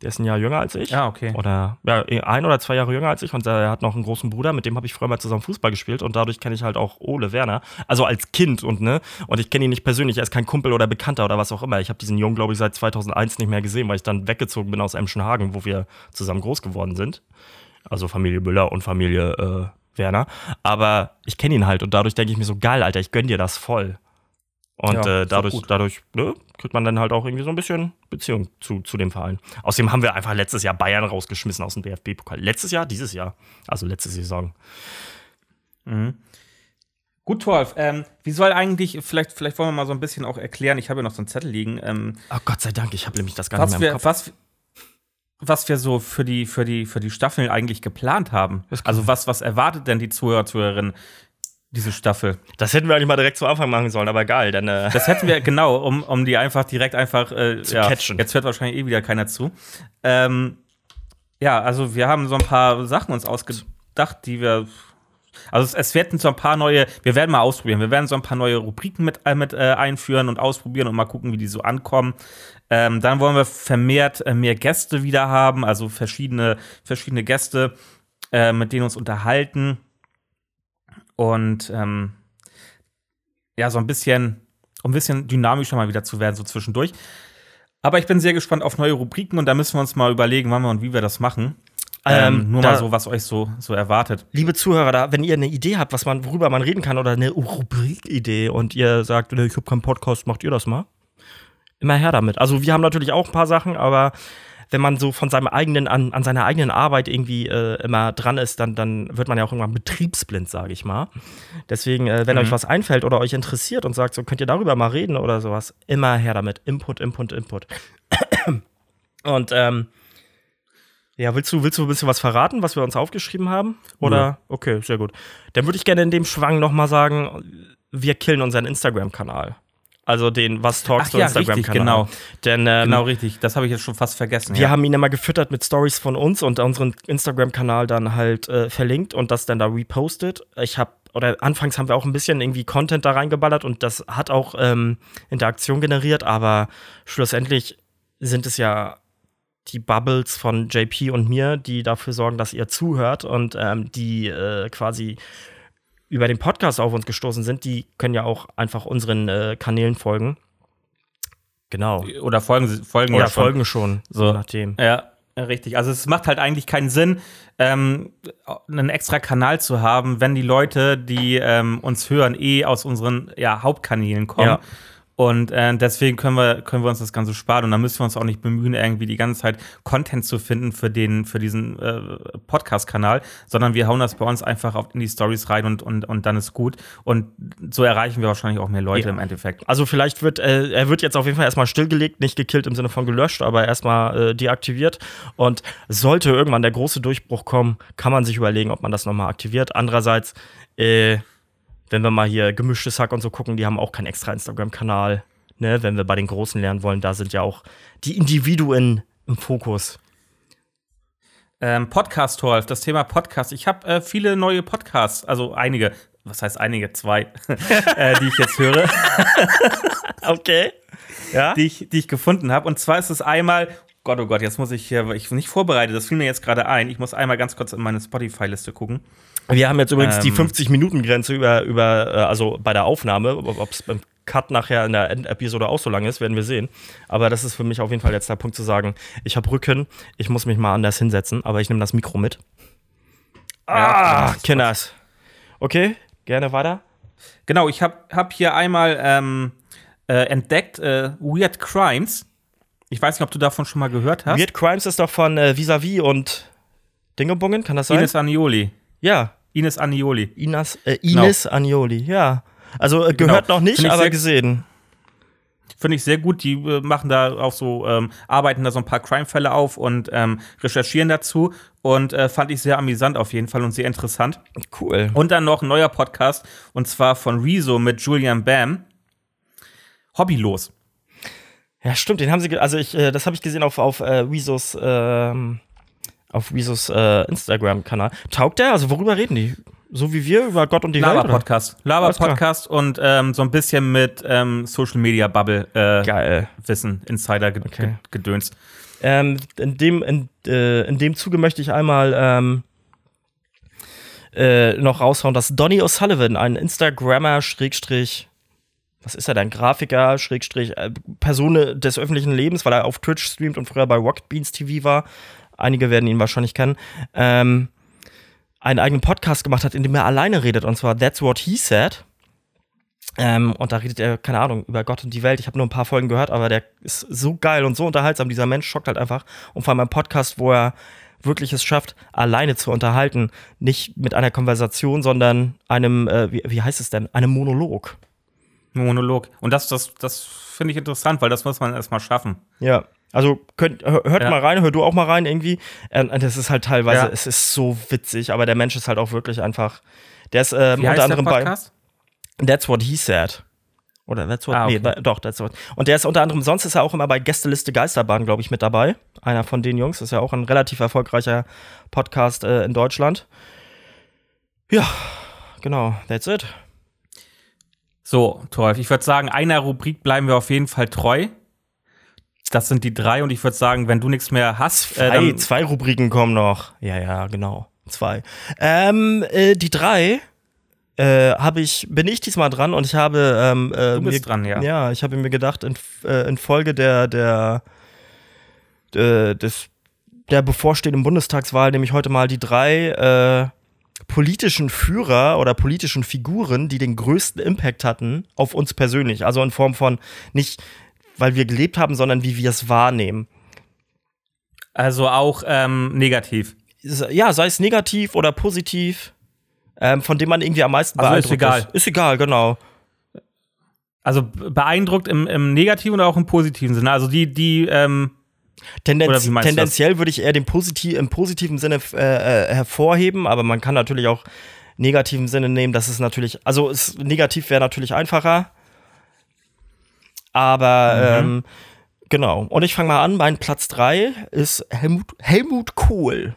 Der ist ein Jahr jünger als ich. Ja, okay. Oder ja, ein oder zwei Jahre jünger als ich. Und er hat noch einen großen Bruder, mit dem habe ich früher mal zusammen Fußball gespielt. Und dadurch kenne ich halt auch Ole Werner. Also als Kind und ne. Und ich kenne ihn nicht persönlich. Er ist kein Kumpel oder Bekannter oder was auch immer. Ich habe diesen Jungen, glaube ich, seit zweitausendeins nicht mehr gesehen, weil ich dann weggezogen bin aus Emschenhagen, wo wir zusammen groß geworden sind. Also Familie Müller und Familie äh, Werner. Aber ich kenne ihn halt. Und dadurch denke ich mir so, geil, Alter, ich gönn dir das voll. Und ja, äh, dadurch, dadurch ne, kriegt man dann halt auch irgendwie so ein bisschen Beziehung zu, zu dem Verein. Außerdem haben wir einfach letztes Jahr Bayern rausgeschmissen aus dem D F B-Pokal. Letztes Jahr, dieses Jahr. Also letzte Saison. Mhm. Gut, Toralf. Ähm, wie soll eigentlich, vielleicht, vielleicht wollen wir mal so ein bisschen auch erklären, ich habe ja noch so einen Zettel liegen. Ähm, oh Gott sei Dank, ich habe nämlich das gar was nicht mehr im wir, Kopf. Was, was wir so für die, für die, für die Staffeln eigentlich geplant haben. Also was, was erwartet denn die Zuhörer, Zuhörerinnen diese Staffel? Das hätten wir eigentlich mal direkt zu Anfang machen sollen, aber geil, denn äh das hätten wir, genau, um, um die einfach direkt einfach äh, zu ja, catchen. Jetzt hört wahrscheinlich eh wieder keiner zu. Ähm, ja, also wir haben so ein paar Sachen uns ausgedacht, die wir also es, es werden so ein paar neue, wir werden mal ausprobieren, wir werden so ein paar neue Rubriken mit, äh, mit äh, einführen und ausprobieren und mal gucken, wie die so ankommen. Ähm, dann wollen wir vermehrt äh, mehr Gäste wieder haben, also verschiedene, verschiedene Gäste, äh, mit denen wir uns unterhalten. Und ähm, ja, so ein bisschen, um ein bisschen dynamischer mal wieder zu werden, so zwischendurch. Aber ich bin sehr gespannt auf neue Rubriken und da müssen wir uns mal überlegen, wann wir und wie wir das machen. Ähm, ähm, nur mal so, was euch so, so erwartet. Liebe Zuhörer, da, wenn ihr eine Idee habt, was man, worüber man reden kann oder eine Rubrikidee und ihr sagt, ich habe keinen Podcast, macht ihr das mal? Immer her damit. Also wir haben natürlich auch ein paar Sachen, aber wenn man so von seinem eigenen, an, an seiner eigenen Arbeit irgendwie äh, immer dran ist, dann, dann wird man ja auch irgendwann betriebsblind, sage ich mal. Deswegen, äh, wenn mhm. euch was einfällt oder euch interessiert und sagt, so könnt ihr darüber mal reden oder sowas, immer her damit. Input, Input, Input. Und ähm, ja, willst du, willst du ein bisschen was verraten, was wir uns aufgeschrieben haben? Oder? Ja. Okay, sehr gut. Dann würde ich gerne in dem Schwang noch mal sagen, wir killen unseren Instagram-Kanal. Also den Was Talks to ja, Instagram-Kanal. Genau. Denn, ähm, genau, richtig. Das habe ich jetzt schon fast vergessen. Wir ja. haben ihn immer gefüttert mit Stories von uns und unseren Instagram-Kanal dann halt äh, verlinkt und das dann da repostet. Ich habe, oder anfangs haben wir auch ein bisschen irgendwie Content da reingeballert und das hat auch ähm, Interaktion generiert, aber schlussendlich sind es ja die Bubbles von J P und mir, die dafür sorgen, dass ihr zuhört und ähm, die äh, quasi über den Podcast auf uns gestoßen sind, die können ja auch einfach unseren äh, Kanälen folgen. Genau. Oder folgen sie folgen Oder ja schon. folgen schon, so nachdem. Ja, richtig. Also es macht halt eigentlich keinen Sinn, ähm, einen extra Kanal zu haben, wenn die Leute, die ähm, uns hören, eh aus unseren ja, Hauptkanälen kommen. Ja. Und äh, deswegen können wir, können wir uns das Ganze sparen. Und dann müssen wir uns auch nicht bemühen, irgendwie die ganze Zeit Content zu finden für, den, für diesen äh, Podcast-Kanal, sondern wir hauen das bei uns einfach auf, in die Stories rein und, und, und dann ist gut. Und so erreichen wir wahrscheinlich auch mehr Leute ja. im Endeffekt. Also vielleicht wird, äh, er wird jetzt auf jeden Fall erstmal stillgelegt, nicht gekillt im Sinne von gelöscht, aber erstmal äh, deaktiviert. Und sollte irgendwann der große Durchbruch kommen, kann man sich überlegen, ob man das nochmal aktiviert. Andererseits, äh, wenn wir mal hier gemischtes Hack und so gucken, die haben auch keinen extra Instagram-Kanal. Ne? Wenn wir bei den Großen lernen wollen, da sind ja auch die Individuen im Fokus. Ähm, Podcast, Toralf, das Thema Podcast. Ich habe äh, viele neue Podcasts, also einige, was heißt einige? Zwei, äh, die ich jetzt höre. Okay. Ja? Die ich, die ich gefunden habe. Und zwar ist es einmal, Gott, oh Gott, jetzt muss ich hier, ich bin nicht vorbereitet, das fiel mir jetzt gerade ein. Ich muss einmal ganz kurz in meine Spotify-Liste gucken. Wir haben jetzt übrigens ähm, die fünfzig-Minuten-Grenze über, über, also bei der Aufnahme, ob es beim Cut nachher in der Endepisode auch so lang ist, werden wir sehen. Aber das ist für mich auf jeden Fall jetzt der Punkt zu sagen, ich habe Rücken, ich muss mich mal anders hinsetzen, aber ich nehme das Mikro mit. Ah, ja, Kinders. Okay, gerne weiter. Genau, ich habe hab hier einmal ähm, äh, entdeckt äh, Weird Crimes. Ich weiß nicht, ob du davon schon mal gehört hast. Weird Crimes ist doch von äh, Vis-a-vis und Dingebungen, kann das sein? Ines Anioli. Ja. Ines Anioli. Ines, äh, Ines genau. Anioli, ja. Also äh, gehört genau. noch nicht, aber gesehen. Finde ich sehr gut. Die äh, machen da auch so, ähm, arbeiten da so ein paar Crime-Fälle auf und ähm, recherchieren dazu. Und äh, fand ich sehr amüsant auf jeden Fall und sehr interessant. Cool. Und dann noch ein neuer Podcast, und zwar von Rezo mit Julian Bam. Hobbylos. Ja, stimmt, den haben sie, ge- also ich, äh, das habe ich gesehen auf, auf äh, Rezos, ähm, auf Rezos äh, Instagram-Kanal. Taugt der? Also worüber reden die? So wie wir über Gott und die Welt? Laber-Podcast. Laber-Podcast und ähm, so ein bisschen mit ähm, Social-Media-Bubble äh, Geil. Wissen, Insider-Gedöns. Okay. Ähm, in, dem, in, äh, in dem Zuge möchte ich einmal ähm, äh, noch raushauen, dass Donny O'Sullivan, ein Instagrammer, Schrägstrich, was ist er denn, Grafiker, Schrägstrich, äh, Person des öffentlichen Lebens, weil er auf Twitch streamt und früher bei Rocket Beans T V war, einige werden ihn wahrscheinlich kennen, ähm, einen eigenen Podcast gemacht hat, in dem er alleine redet, und zwar That's What He Said. Ähm, und da redet er, keine Ahnung, über Gott und die Welt. Ich habe nur ein paar Folgen gehört, aber der ist so geil und so unterhaltsam. Dieser Mensch schockt halt einfach. Und vor allem ein Podcast, wo er wirklich es schafft, alleine zu unterhalten. Nicht mit einer Konversation, sondern einem, äh, wie, wie heißt es denn? Einem Monolog. Monolog. Und das, das, das finde ich interessant, weil das muss man erstmal schaffen. Ja. Also könnt, hört ja. mal rein, hör du auch mal rein irgendwie. Ähm, das ist halt teilweise, ja. es ist so witzig, aber der Mensch ist halt auch wirklich einfach, der ist ähm, wie heißt unter anderem der Podcast? bei That's What He Said. Oder That's What, ah, okay. nee, doch, That's What. Und der ist unter anderem, sonst ist er auch immer bei Gästeliste Geisterbahn, glaube ich, mit dabei. Einer von den Jungs, ist ja auch ein relativ erfolgreicher Podcast äh, in Deutschland. Ja, genau, that's it. So, Torf, ich würde sagen, einer Rubrik bleiben wir auf jeden Fall treu. Das sind die drei und ich würde sagen, wenn du nichts mehr hast. Zwei, äh, dann zwei Rubriken kommen noch. Ja, ja, genau. Zwei. Ähm, äh, die drei äh, habe ich, bin ich diesmal dran und ich habe ähm, äh, Du bist mir, dran, ja. Ja, ich habe mir gedacht, in, äh, in Folge der, der, der, des, der bevorstehenden Bundestagswahl nehme ich heute mal die drei äh, politischen Führer oder politischen Figuren, die den größten Impact hatten auf uns persönlich. Also in Form von nicht, weil wir gelebt haben, sondern wie wir es wahrnehmen. Also auch ähm, negativ. Ja, sei es negativ oder positiv, ähm, von dem man irgendwie am meisten also beeindruckt ist. egal. Ist. Ist egal, genau. Also beeindruckt im, im negativen oder auch im positiven Sinne? Also die, die, ähm Tendenz, tendenziell würde ich eher den Posit- im positiven Sinne äh, äh, hervorheben, aber man kann natürlich auch negativen Sinne nehmen, das ist natürlich, also es, negativ wäre natürlich einfacher, aber mhm. ähm, genau. Und ich fange mal an, mein Platz drei ist Helmut, Helmut Kohl.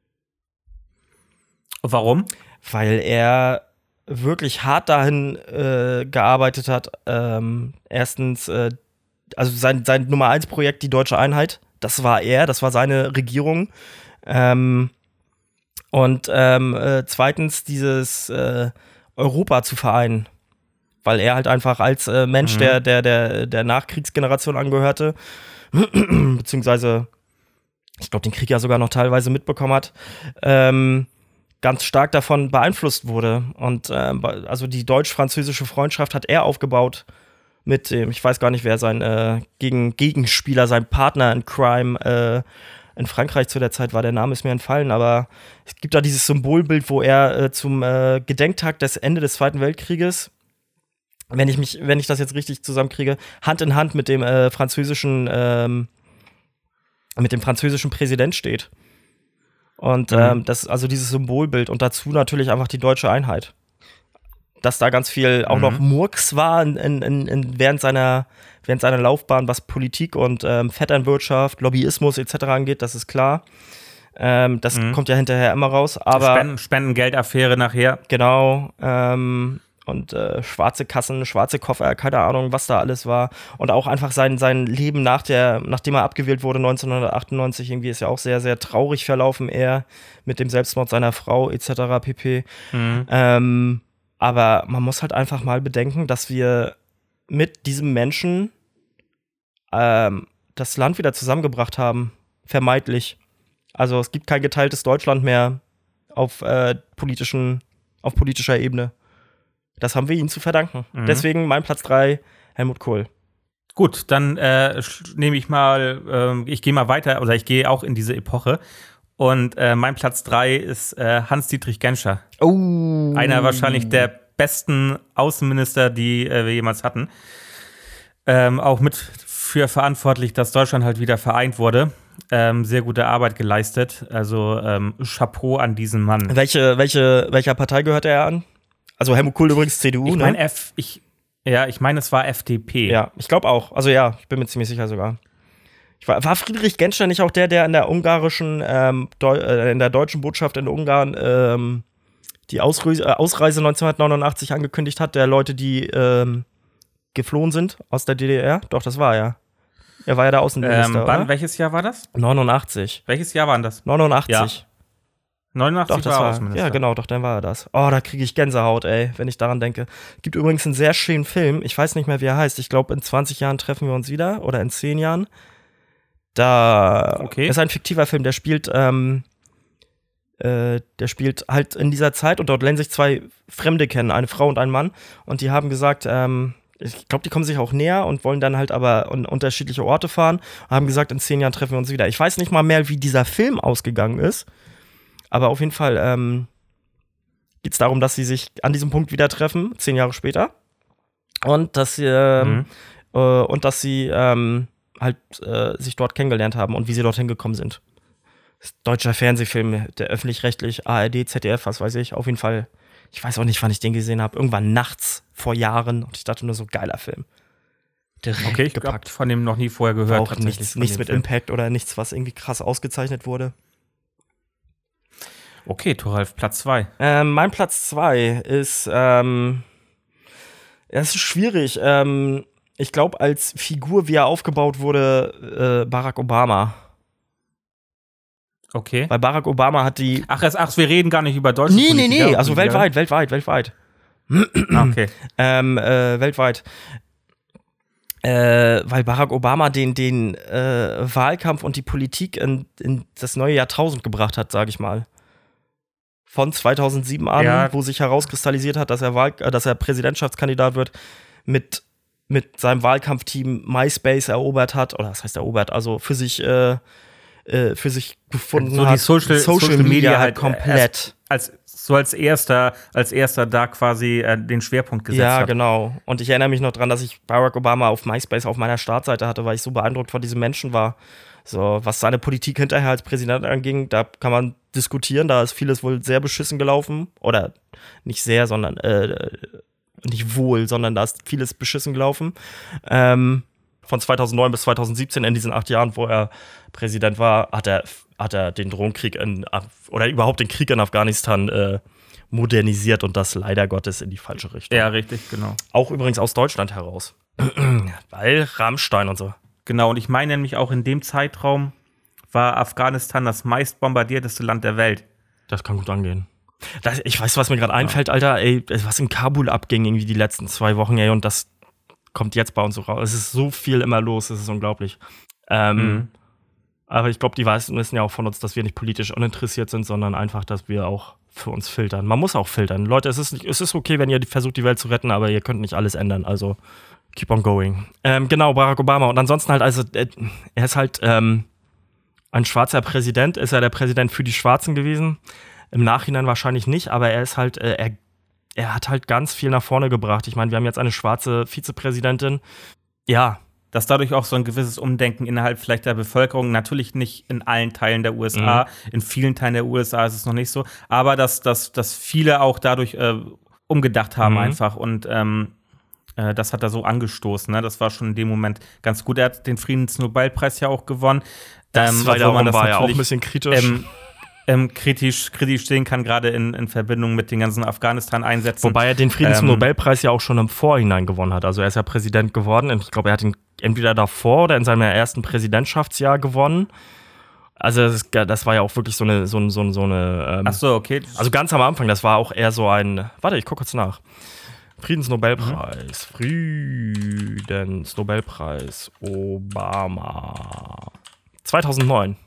Warum? Weil er wirklich hart dahin äh, gearbeitet hat, ähm, erstens, äh, also sein, sein Nummer eins Projekt, die Deutsche Einheit, das war er, das war seine Regierung. Ähm, und ähm, äh, zweitens dieses äh, Europa zu vereinen, weil er halt einfach als äh, Mensch, mhm. der, der, der, der Nachkriegsgeneration angehörte, beziehungsweise, ich glaube, den Krieg ja sogar noch teilweise mitbekommen hat, ähm, ganz stark davon beeinflusst wurde. Und ähm, also die deutsch-französische Freundschaft hat er aufgebaut mit dem, ich weiß gar nicht, wer sein äh, Gegen- Gegenspieler, sein Partner in Crime äh, in Frankreich zu der Zeit war, der Name ist mir entfallen, aber es gibt da dieses Symbolbild, wo er äh, zum äh, Gedenktag des Ende des Zweiten Weltkrieges, wenn ich mich, wenn ich das jetzt richtig zusammenkriege, Hand in Hand mit dem äh, französischen ähm, mit dem französischen Präsident steht. Und mhm. ähm, das also dieses Symbolbild und dazu natürlich einfach die deutsche Einheit. Dass da ganz viel auch mhm. noch Murks war in, in, in, während, seiner, während seiner Laufbahn, was Politik und ähm, Vetternwirtschaft, Lobbyismus et cetera angeht, das ist klar. Ähm, das mhm. kommt ja hinterher immer raus. Aber Spenden, Spendengeldaffäre nachher. Genau. Ähm, und äh, schwarze Kassen, schwarze Koffer, keine Ahnung, was da alles war. Und auch einfach sein, sein Leben, nach der, nachdem er abgewählt wurde, neunzehnhundertachtundneunzig, irgendwie ist ja auch sehr, sehr traurig verlaufen, er mit dem Selbstmord seiner Frau et cetera pp. Mhm. Ähm, aber man muss halt einfach mal bedenken, dass wir mit diesem Menschen ähm, das Land wieder zusammengebracht haben. Vermeintlich. Also es gibt kein geteiltes Deutschland mehr auf, äh, politischen, auf politischer Ebene. Das haben wir ihm zu verdanken. Mhm. Deswegen mein Platz drei, Helmut Kohl. Gut, dann äh, nehme ich mal, äh, ich gehe mal weiter, oder ich gehe auch in diese Epoche. Und äh, mein Platz drei ist äh, Hans-Dietrich Genscher. Oh. Einer wahrscheinlich der besten Außenminister, die äh, wir jemals hatten. Ähm, auch mit für verantwortlich, dass Deutschland halt wieder vereint wurde. Ähm, sehr gute Arbeit geleistet. Also ähm, Chapeau an diesen Mann. Welche, welche, welcher Partei gehörte er an? Also Helmut Kohl übrigens C D U, ich ne? Mein F, ich, ja, ich meine, es war F D P. Ja, ich glaube auch. Also ja, ich bin mir ziemlich sicher sogar. Ich war, war Friedrich Genscher nicht auch der, der in der ungarischen, ähm, Deu- äh, in der deutschen Botschaft in Ungarn ähm, die Ausreise, äh, Ausreise neunzehnhundertneunundachtzig angekündigt hat, der Leute, die ähm, geflohen sind aus der D D R? Doch, das war er. Er war ja der Außenminister, ähm, wann, oder? welches Jahr war das? neunundachtzig. Welches Jahr war das? neunundachtzig. Ja. neunundachtzig Doch, das war er war, Außenminister. ja genau, doch, dann war er das. Oh, da kriege ich Gänsehaut, ey, wenn ich daran denke. Gibt übrigens einen sehr schönen Film, ich weiß nicht mehr, wie er heißt. Ich glaube, in zwanzig Jahren treffen wir uns wieder oder in zehn Jahren. Da Okay. ist ein fiktiver Film, der spielt, ähm, äh, der spielt halt in dieser Zeit und dort lernen sich zwei Fremde kennen, eine Frau und ein Mann. Und die haben gesagt, ähm, ich glaube, die kommen sich auch näher und wollen dann halt aber an unterschiedliche Orte fahren und haben gesagt, in zehn Jahren treffen wir uns wieder. Ich weiß nicht mal mehr, wie dieser Film ausgegangen ist, aber auf jeden Fall ähm, geht es darum, dass sie sich an diesem Punkt wieder treffen, zehn Jahre später. Und dass sie, ähm, Mhm. äh, und dass sie ähm, halt äh, sich dort kennengelernt haben und wie sie dorthin gekommen sind. Das ist ein deutscher Fernsehfilm, der öffentlich-rechtlich, A R D, Z D F, was weiß ich, auf jeden Fall. Ich weiß auch nicht, wann ich den gesehen habe. Irgendwann nachts vor Jahren. Und ich dachte nur so, geiler Film. Direkt Okay, ich habe gepackt. von dem noch nie vorher gehört. War auch tatsächlich, nichts, von nichts dem mit Film. Impact oder nichts, was irgendwie krass ausgezeichnet wurde. Okay, Thoralf, Platz zwei. Ähm, mein Platz zwei ist, ähm, ja, es ist schwierig. Ähm, ich glaube, als Figur, wie er aufgebaut wurde, äh, Barack Obama. Okay. Weil Barack Obama hat die. Ach, es, ach, wir reden gar nicht über deutsche Nee, nee, Politiker. nee, also Politiker. weltweit, weltweit, weltweit. Ah, okay. Ähm, äh, weltweit. Äh, weil Barack Obama den, den äh, Wahlkampf und die Politik in, in das neue Jahrtausend gebracht hat, sage ich mal. Von zweitausendsieben an, Ja. wo sich herauskristallisiert hat, dass er, Wahl äh, dass er Präsidentschaftskandidat wird, mit, mit seinem Wahlkampfteam MySpace erobert hat, oder was heißt erobert, also für sich, äh, äh, für sich gefunden So die hat. Social- Social Media halt, äh, komplett. Als, so als erster, als erster da quasi äh, den Schwerpunkt gesetzt Ja, hat. genau. Und ich erinnere mich noch dran, dass ich Barack Obama auf MySpace auf meiner Startseite hatte, weil ich so beeindruckt von diesem Menschen war. So, was seine Politik hinterher als Präsident anging, da kann man diskutieren. Da ist vieles wohl sehr beschissen gelaufen. Oder nicht sehr, sondern äh, nicht wohl, sondern da ist vieles beschissen gelaufen. Ähm, von zweitausendneun bis zweitausendsiebzehn, in diesen acht Jahren, wo er Präsident war, hat er, hat er den Drogenkrieg in, Af- oder überhaupt den Krieg in Afghanistan äh, modernisiert und das leider Gottes in die falsche Richtung. Ja, richtig, genau. Auch übrigens aus Deutschland heraus. Weil Rammstein und so. Genau, und ich meine nämlich auch in dem Zeitraum war Afghanistan das meist bombardierteste Land der Welt. Das kann gut angehen. Das, ich weiß, was mir gerade einfällt, Alter, ey, was in Kabul abging irgendwie die letzten zwei Wochen, ey, und das kommt jetzt bei uns so raus. Es ist so viel immer los, es ist unglaublich. Ähm, Mhm. Aber ich glaube, die meisten wissen ja auch von uns, dass wir nicht politisch uninteressiert sind, sondern einfach, dass wir auch für uns filtern. Man muss auch filtern. Leute, es ist, nicht, es ist okay, wenn ihr versucht, die Welt zu retten, aber ihr könnt nicht alles ändern. Also keep on going. Ähm, genau, Barack Obama. Und ansonsten halt, also, äh, er ist halt ähm, ein schwarzer Präsident. Ist er der Präsident für die Schwarzen gewesen? Im Nachhinein wahrscheinlich nicht, aber er ist halt, äh, er, er hat halt ganz viel nach vorne gebracht. Ich meine, wir haben jetzt eine schwarze Vizepräsidentin. Ja, Dass dadurch auch so ein gewisses Umdenken innerhalb vielleicht der Bevölkerung, natürlich nicht in allen Teilen der U S A, Mhm. in vielen Teilen der U S A ist es noch nicht so, aber dass, dass, dass viele auch dadurch äh, umgedacht haben Mhm. einfach und ähm, äh, das hat er so angestoßen, ne? Das war schon in dem Moment ganz gut. Er hat den Friedensnobelpreis ja auch gewonnen. das Ähm, war, obwohl man das war ja auch ein natürlich, bisschen kritisch. ähm, ähm, kritisch, kritisch sehen kann, gerade in, in Verbindung mit den ganzen Afghanistan-Einsätzen. Wobei er den Ähm, Friedensnobelpreis ja auch schon im Vorhinein gewonnen hat. Also er ist ja Präsident geworden. Und ich glaube, er hat ihn entweder davor oder in seinem ersten Präsidentschaftsjahr gewonnen. Also das, ist, das war ja auch wirklich so eine, so, eine- so, eine- so eine. Ähm, Ach so, okay. Also ganz am Anfang, das war auch eher so ein. Warte, ich gucke kurz nach. Friedensnobelpreis. Friedensnobelpreis. Obama. zweitausendneun.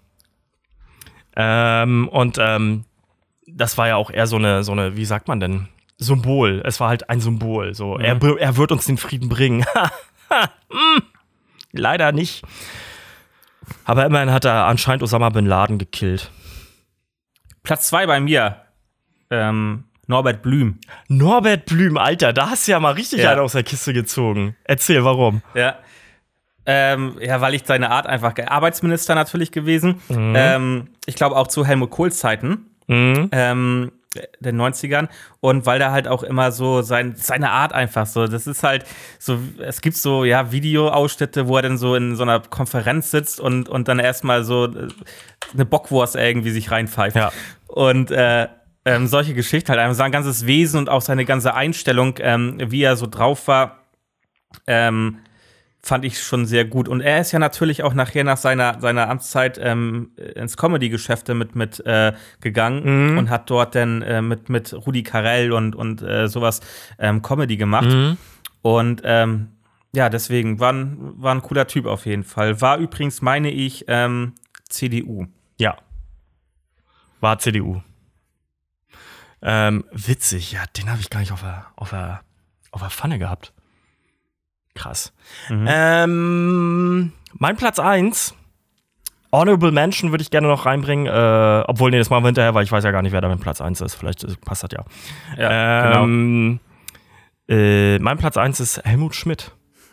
Ähm, und ähm, das war ja auch eher so eine, so eine, wie sagt man denn? Symbol. Es war halt ein Symbol. So, Mhm. er, br- er wird uns den Frieden bringen. Hm. Leider nicht. Aber immerhin hat er anscheinend Osama Bin Laden gekillt. Platz zwei bei mir. Ähm, Norbert Blüm. Norbert Blüm, Alter, da hast du ja mal richtig Ja. einen aus der Kiste gezogen. Erzähl, warum? Ja. Ähm, ja, weil ich seine Art einfach ge- Arbeitsminister natürlich gewesen. Ähm, ich glaube auch zu Helmut Kohls Zeiten, Mhm. ähm, den neunzigern. Und weil da halt auch immer so sein, seine Art einfach so, das ist halt so, es gibt so, ja, Videoausschnitte, wo er dann so in so einer Konferenz sitzt und, und dann erstmal so äh, eine Bockwurst irgendwie sich reinpfeift. Ja. Und äh, ähm, solche Geschichten halt, einfach sein ganzes Wesen und auch seine ganze Einstellung, ähm, wie er so drauf war, ähm, fand ich schon sehr gut. Und er ist ja natürlich auch nachher nach seiner, seiner Amtszeit ähm, ins Comedy-Geschäfte mit, mit äh, gegangen Mhm. und hat dort dann äh, mit, mit Rudi Carrell und, und äh, sowas ähm, Comedy gemacht. Mhm. Und ähm, ja, deswegen war ein, war ein cooler Typ auf jeden Fall. War übrigens, meine ich, ähm, C D U. Ja. War C D U. Ähm, witzig, ja, den habe ich gar nicht auf der, auf der, auf der Pfanne gehabt. Krass. Mhm. Ähm, mein Platz eins, Honorable Mention würde ich gerne noch reinbringen, äh, obwohl, nee, das machen wir hinterher, weil ich weiß ja gar nicht, wer da mein Platz eins ist. Vielleicht äh, passt das ja. Ja, ähm, genau. Äh, mein Platz eins ist Helmut Schmidt.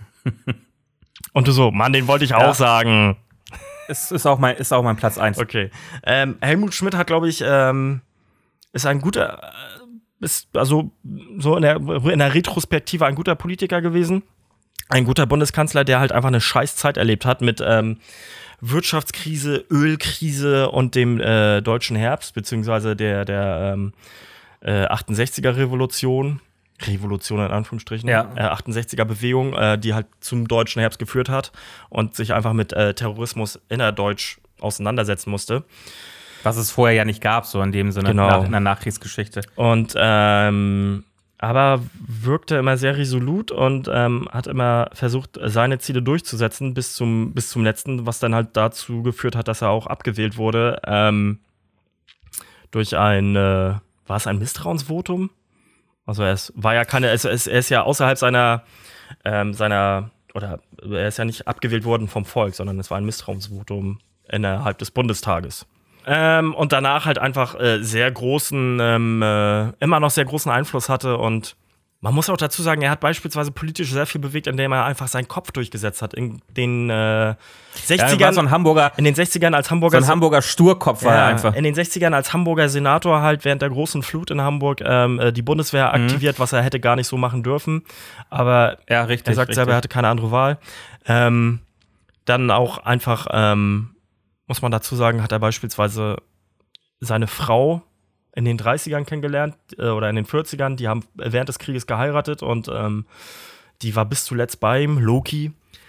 Und du so, Mann, den wollte ich Ja. auch sagen. Es ist auch mein, ist auch mein Platz eins. Okay. Ähm, Helmut Schmidt hat, glaube ich, ähm, ist ein guter, äh, ist also so in der, in der Retrospektive ein guter Politiker gewesen. Ein guter Bundeskanzler, der halt einfach eine Scheißzeit erlebt hat mit ähm, Wirtschaftskrise, Ölkrise und dem äh, deutschen Herbst, beziehungsweise der, der ähm, äh, achtundsechziger-Revolution. Revolution in Anführungsstrichen, Ja. äh, achtundsechziger-Bewegung, äh, die halt zum deutschen Herbst geführt hat und sich einfach mit äh, Terrorismus innerdeutsch auseinandersetzen musste. Was es vorher ja nicht gab, so in dem Sinne, Genau. nach, in der Nachkriegsgeschichte. Und ähm, aber wirkte immer sehr resolut und ähm, hat immer versucht, seine Ziele durchzusetzen bis zum, bis zum letzten, was dann halt dazu geführt hat, dass er auch abgewählt wurde. Ähm, durch ein, äh, war es ein Misstrauensvotum? Also er ist, war ja keine, er ist, er ist ja außerhalb seiner, ähm, seiner, oder er ist ja nicht abgewählt worden vom Volk, sondern es war ein Misstrauensvotum innerhalb des Bundestages. Ähm, und danach halt einfach äh, sehr großen, ähm, äh, immer noch sehr großen Einfluss hatte. Und man muss auch dazu sagen, er hat beispielsweise politisch sehr viel bewegt, indem er einfach seinen Kopf durchgesetzt hat. In den äh, sechzigern, Ja, war so ein Hamburger, in den sechzigern als Hamburger so ein Hamburger Sturkopf war er ja, einfach. in den sechzigern als Hamburger Senator halt während der großen Flut in Hamburg ähm, äh, die Bundeswehr Mhm. aktiviert, was er hätte gar nicht so machen dürfen. Aber Ja, richtig. er sagt richtig. selber, er hatte keine andere Wahl. Ähm, dann auch einfach, ähm, muss man dazu sagen, hat er beispielsweise seine Frau in den dreißigern kennengelernt äh, oder in den vierzigern. Die haben während des Krieges geheiratet und ähm, die war bis zuletzt bei ihm, Loki.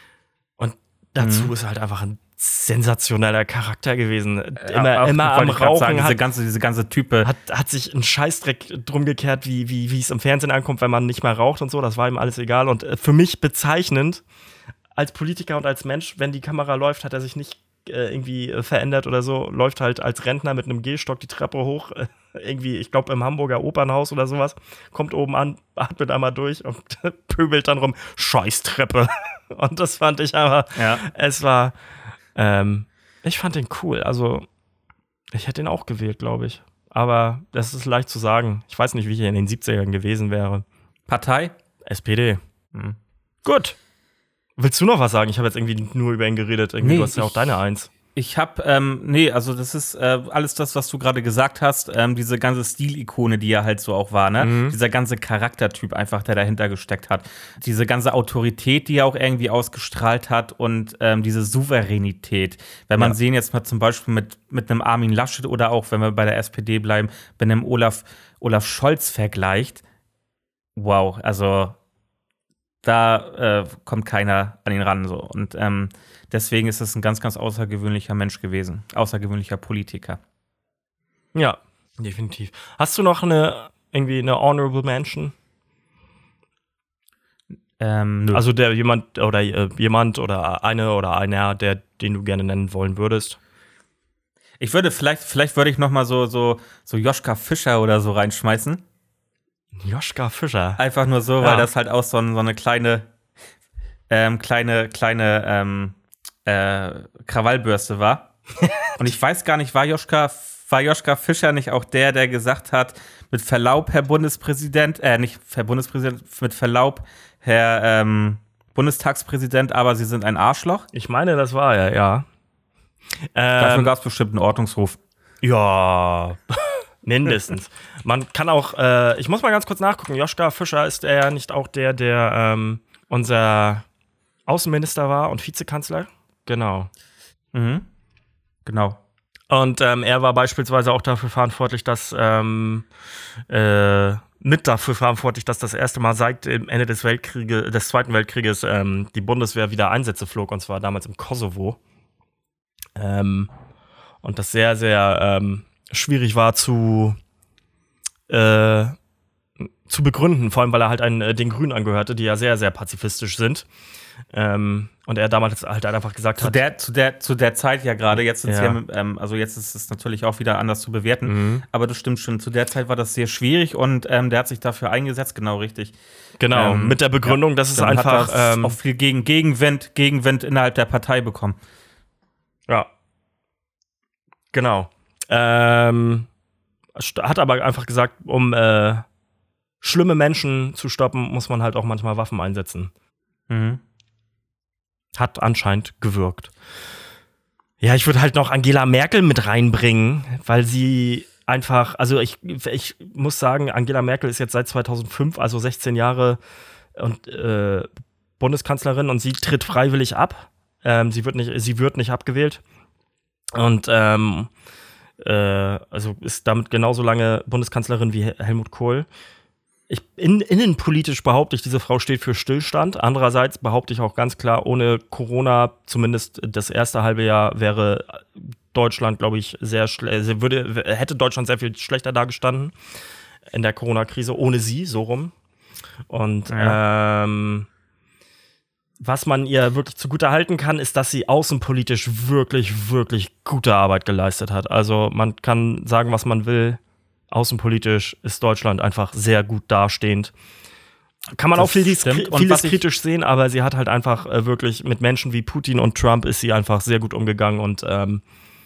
Und dazu Mhm. ist er halt einfach ein sensationeller Charakter gewesen. Ja, Immer, auch, immer wollte am ich grad Rauchen. sagen, diese hat, ganze, diese ganze Type. hat, hat sich ein Scheißdreck drum gekehrt, wie, wie, wie es im Fernsehen ankommt, wenn man nicht mehr raucht und so. Das war ihm alles egal. Und äh, für mich bezeichnend, als Politiker und als Mensch, wenn die Kamera läuft, hat er sich nicht äh, irgendwie äh, verändert oder so. Läuft halt als Rentner mit einem Gehstock die Treppe hoch. Äh, irgendwie, ich glaube, im Hamburger Opernhaus oder sowas. Kommt oben an, atmet einmal durch und pöbelt dann rum. Scheißtreppe. Und das fand ich aber, Ja. es war, ähm, ich fand den cool. Also, ich hätte ihn auch gewählt, glaube ich. Aber das ist leicht zu sagen. Ich weiß nicht, wie ich in den siebzigern gewesen wäre. Partei? S P D. Hm. Gut. Willst du noch was sagen? Ich habe jetzt irgendwie nur über ihn geredet. Irgendwie, Nee, du hast ja auch ich- deine Eins. Ich hab, ähm, nee, also das ist äh, alles das, was du gerade gesagt hast, ähm, diese ganze Stilikone, die er halt so auch war, ne? Mhm. Dieser ganze Charaktertyp einfach, der dahinter gesteckt hat. Diese ganze Autorität, die er auch irgendwie ausgestrahlt hat und ähm, diese Souveränität. Wenn man Ja. sehen jetzt mal zum Beispiel mit, mit einem Armin Laschet oder auch, wenn wir bei der S P D bleiben, bei einem Olaf, Olaf Scholz vergleicht, wow, also da äh, kommt keiner an ihn ran. So. Und ähm, deswegen ist es ein ganz, ganz außergewöhnlicher Mensch gewesen. Außergewöhnlicher Politiker. Ja, definitiv. Hast du noch eine, irgendwie eine Honorable Mention? Ähm, nö. Also der jemand oder äh, jemand oder eine oder einer, der, den du gerne nennen wollen würdest? ich würde vielleicht, vielleicht würde ich noch mal so, so, so Joschka Fischer oder so reinschmeißen. Joschka Fischer. Einfach nur so, Ja. weil das halt auch so, ein, so eine kleine, ähm, kleine, kleine ähm, äh, Krawallbürste war. Und ich weiß gar nicht, war Joschka, war Joschka Fischer nicht auch der, der gesagt hat, mit Verlaub, Herr Bundespräsident, äh, nicht Herr Bundespräsident, mit Verlaub, Herr ähm, Bundestagspräsident, aber Sie sind ein Arschloch? Ich meine, das war er, ja. Dafür Ähm, gab es bestimmt einen Ordnungsruf. ja, mindestens. Man kann auch, äh, ich muss mal ganz kurz nachgucken, Joschka Fischer ist er ja nicht auch der, der ähm, unser Außenminister war und Vizekanzler? Genau. Mhm. Genau. Und ähm, er war beispielsweise auch dafür verantwortlich, dass ähm, äh, mit dafür verantwortlich, dass das erste Mal seit dem Ende des Weltkrieges, des Zweiten Weltkrieges ähm, die Bundeswehr wieder Einsätze flog, und zwar damals im Kosovo. Ähm, und das sehr, sehr ähm, schwierig war zu, äh, zu begründen, vor allem weil er halt einen, äh, den Grünen angehörte, die ja sehr, sehr pazifistisch sind. Ähm, und er damals halt einfach gesagt zu hat. Der, zu, der, zu der Zeit ja gerade, jetzt sind's Ja. ja, ähm, also jetzt ist es natürlich auch wieder anders zu bewerten, Mhm. aber das stimmt schon. Zu der Zeit war das sehr schwierig und ähm, der hat sich dafür eingesetzt, genau richtig. Genau, Ähm, mit der Begründung, dass es dann einfach. Hat das Ähm, auch viel gegen, Gegenwind, Gegenwind innerhalb der Partei bekommen. Ja. Genau. Ähm, hat aber einfach gesagt, um äh, schlimme Menschen zu stoppen, muss man halt auch manchmal Waffen einsetzen. Mhm. Hat anscheinend gewirkt. Ja, ich würde halt noch Angela Merkel mit reinbringen, weil sie einfach, also ich, ich muss sagen, Angela Merkel ist jetzt seit zweitausendfünf, also sechzehn Jahre und äh, Bundeskanzlerin, und sie tritt freiwillig ab. Ähm, sie wird nicht, sie wird nicht abgewählt. Und ähm, äh, also ist damit genauso lange Bundeskanzlerin wie Helmut Kohl. Ich, in, innenpolitisch behaupte ich, diese Frau steht für Stillstand. Andererseits behaupte ich auch ganz klar, ohne Corona, zumindest das erste halbe Jahr, wäre Deutschland, glaube ich, sehr schlecht. Würde, hätte Deutschland sehr viel schlechter dagestanden in der Corona-Krise, ohne sie, so rum. Und ja. ähm, was man ihr wirklich zugute halten kann, ist, dass sie außenpolitisch wirklich, wirklich gute Arbeit geleistet hat. Also man kann sagen, was man will. Außenpolitisch ist Deutschland einfach sehr gut dastehend. Kann man das auch vieles, vieles kritisch sehen, aber sie hat halt einfach äh, wirklich mit Menschen wie Putin und Trump ist sie einfach sehr gut umgegangen, und ähm,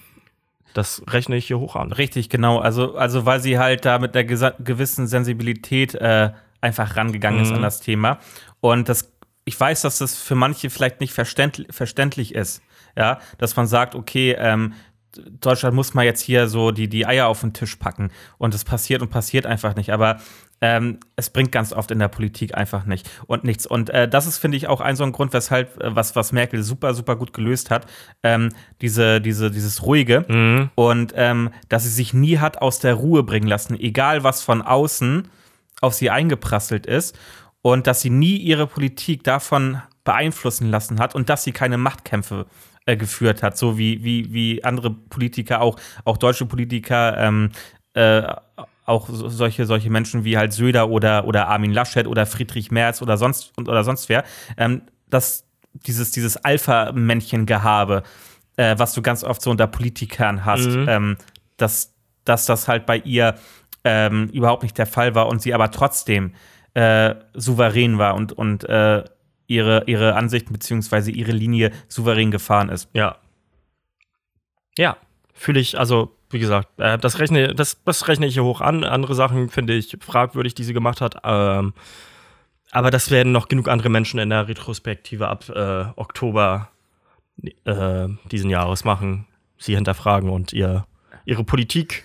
das rechne ich hier hoch an. Richtig, genau. Also, also weil sie halt da mit einer gewissen Sensibilität äh, einfach rangegangen mhm. ist an das Thema. Und das, ich weiß, dass das für manche vielleicht nicht verständlich, verständlich ist, ja, dass man sagt, okay, ähm, Deutschland muss mal jetzt hier so die, die Eier auf den Tisch packen. Und es passiert und passiert einfach nicht. Aber ähm, es bringt ganz oft in der Politik einfach nicht und nichts. Und äh, das ist, finde ich, auch ein so ein Grund, weshalb, äh, was, was Merkel super, super gut gelöst hat. Ähm, diese, diese, dieses Ruhige. Mhm. Und ähm, dass sie sich nie hat aus der Ruhe bringen lassen. Egal, was von außen auf sie eingeprasselt ist. Und dass sie nie ihre Politik davon beeinflussen lassen hat. Und dass sie keine Machtkämpfe geführt hat, so wie, wie, wie andere Politiker, auch, auch deutsche Politiker, ähm, äh, auch solche, solche Menschen wie halt Söder oder, oder Armin Laschet oder Friedrich Merz oder sonst, oder sonst wer, ähm, dass dieses, dieses Alpha-Männchen-Gehabe, äh, was du ganz oft so unter Politikern hast, mhm. ähm, dass, dass das halt bei ihr ähm, überhaupt nicht der Fall war und sie aber trotzdem äh, souverän war und, und äh, ihre, ihre Ansichten bzw. ihre Linie souverän gefahren ist. Ja. Ja, fühle ich, also, wie gesagt, äh, das, rechne, das, das rechne ich hier hoch an. Andere Sachen finde ich fragwürdig, die sie gemacht hat. Ähm, aber das werden noch genug andere Menschen in der Retrospektive ab äh, Oktober äh, diesen Jahres machen. Sie hinterfragen und ihr, ihre Politik.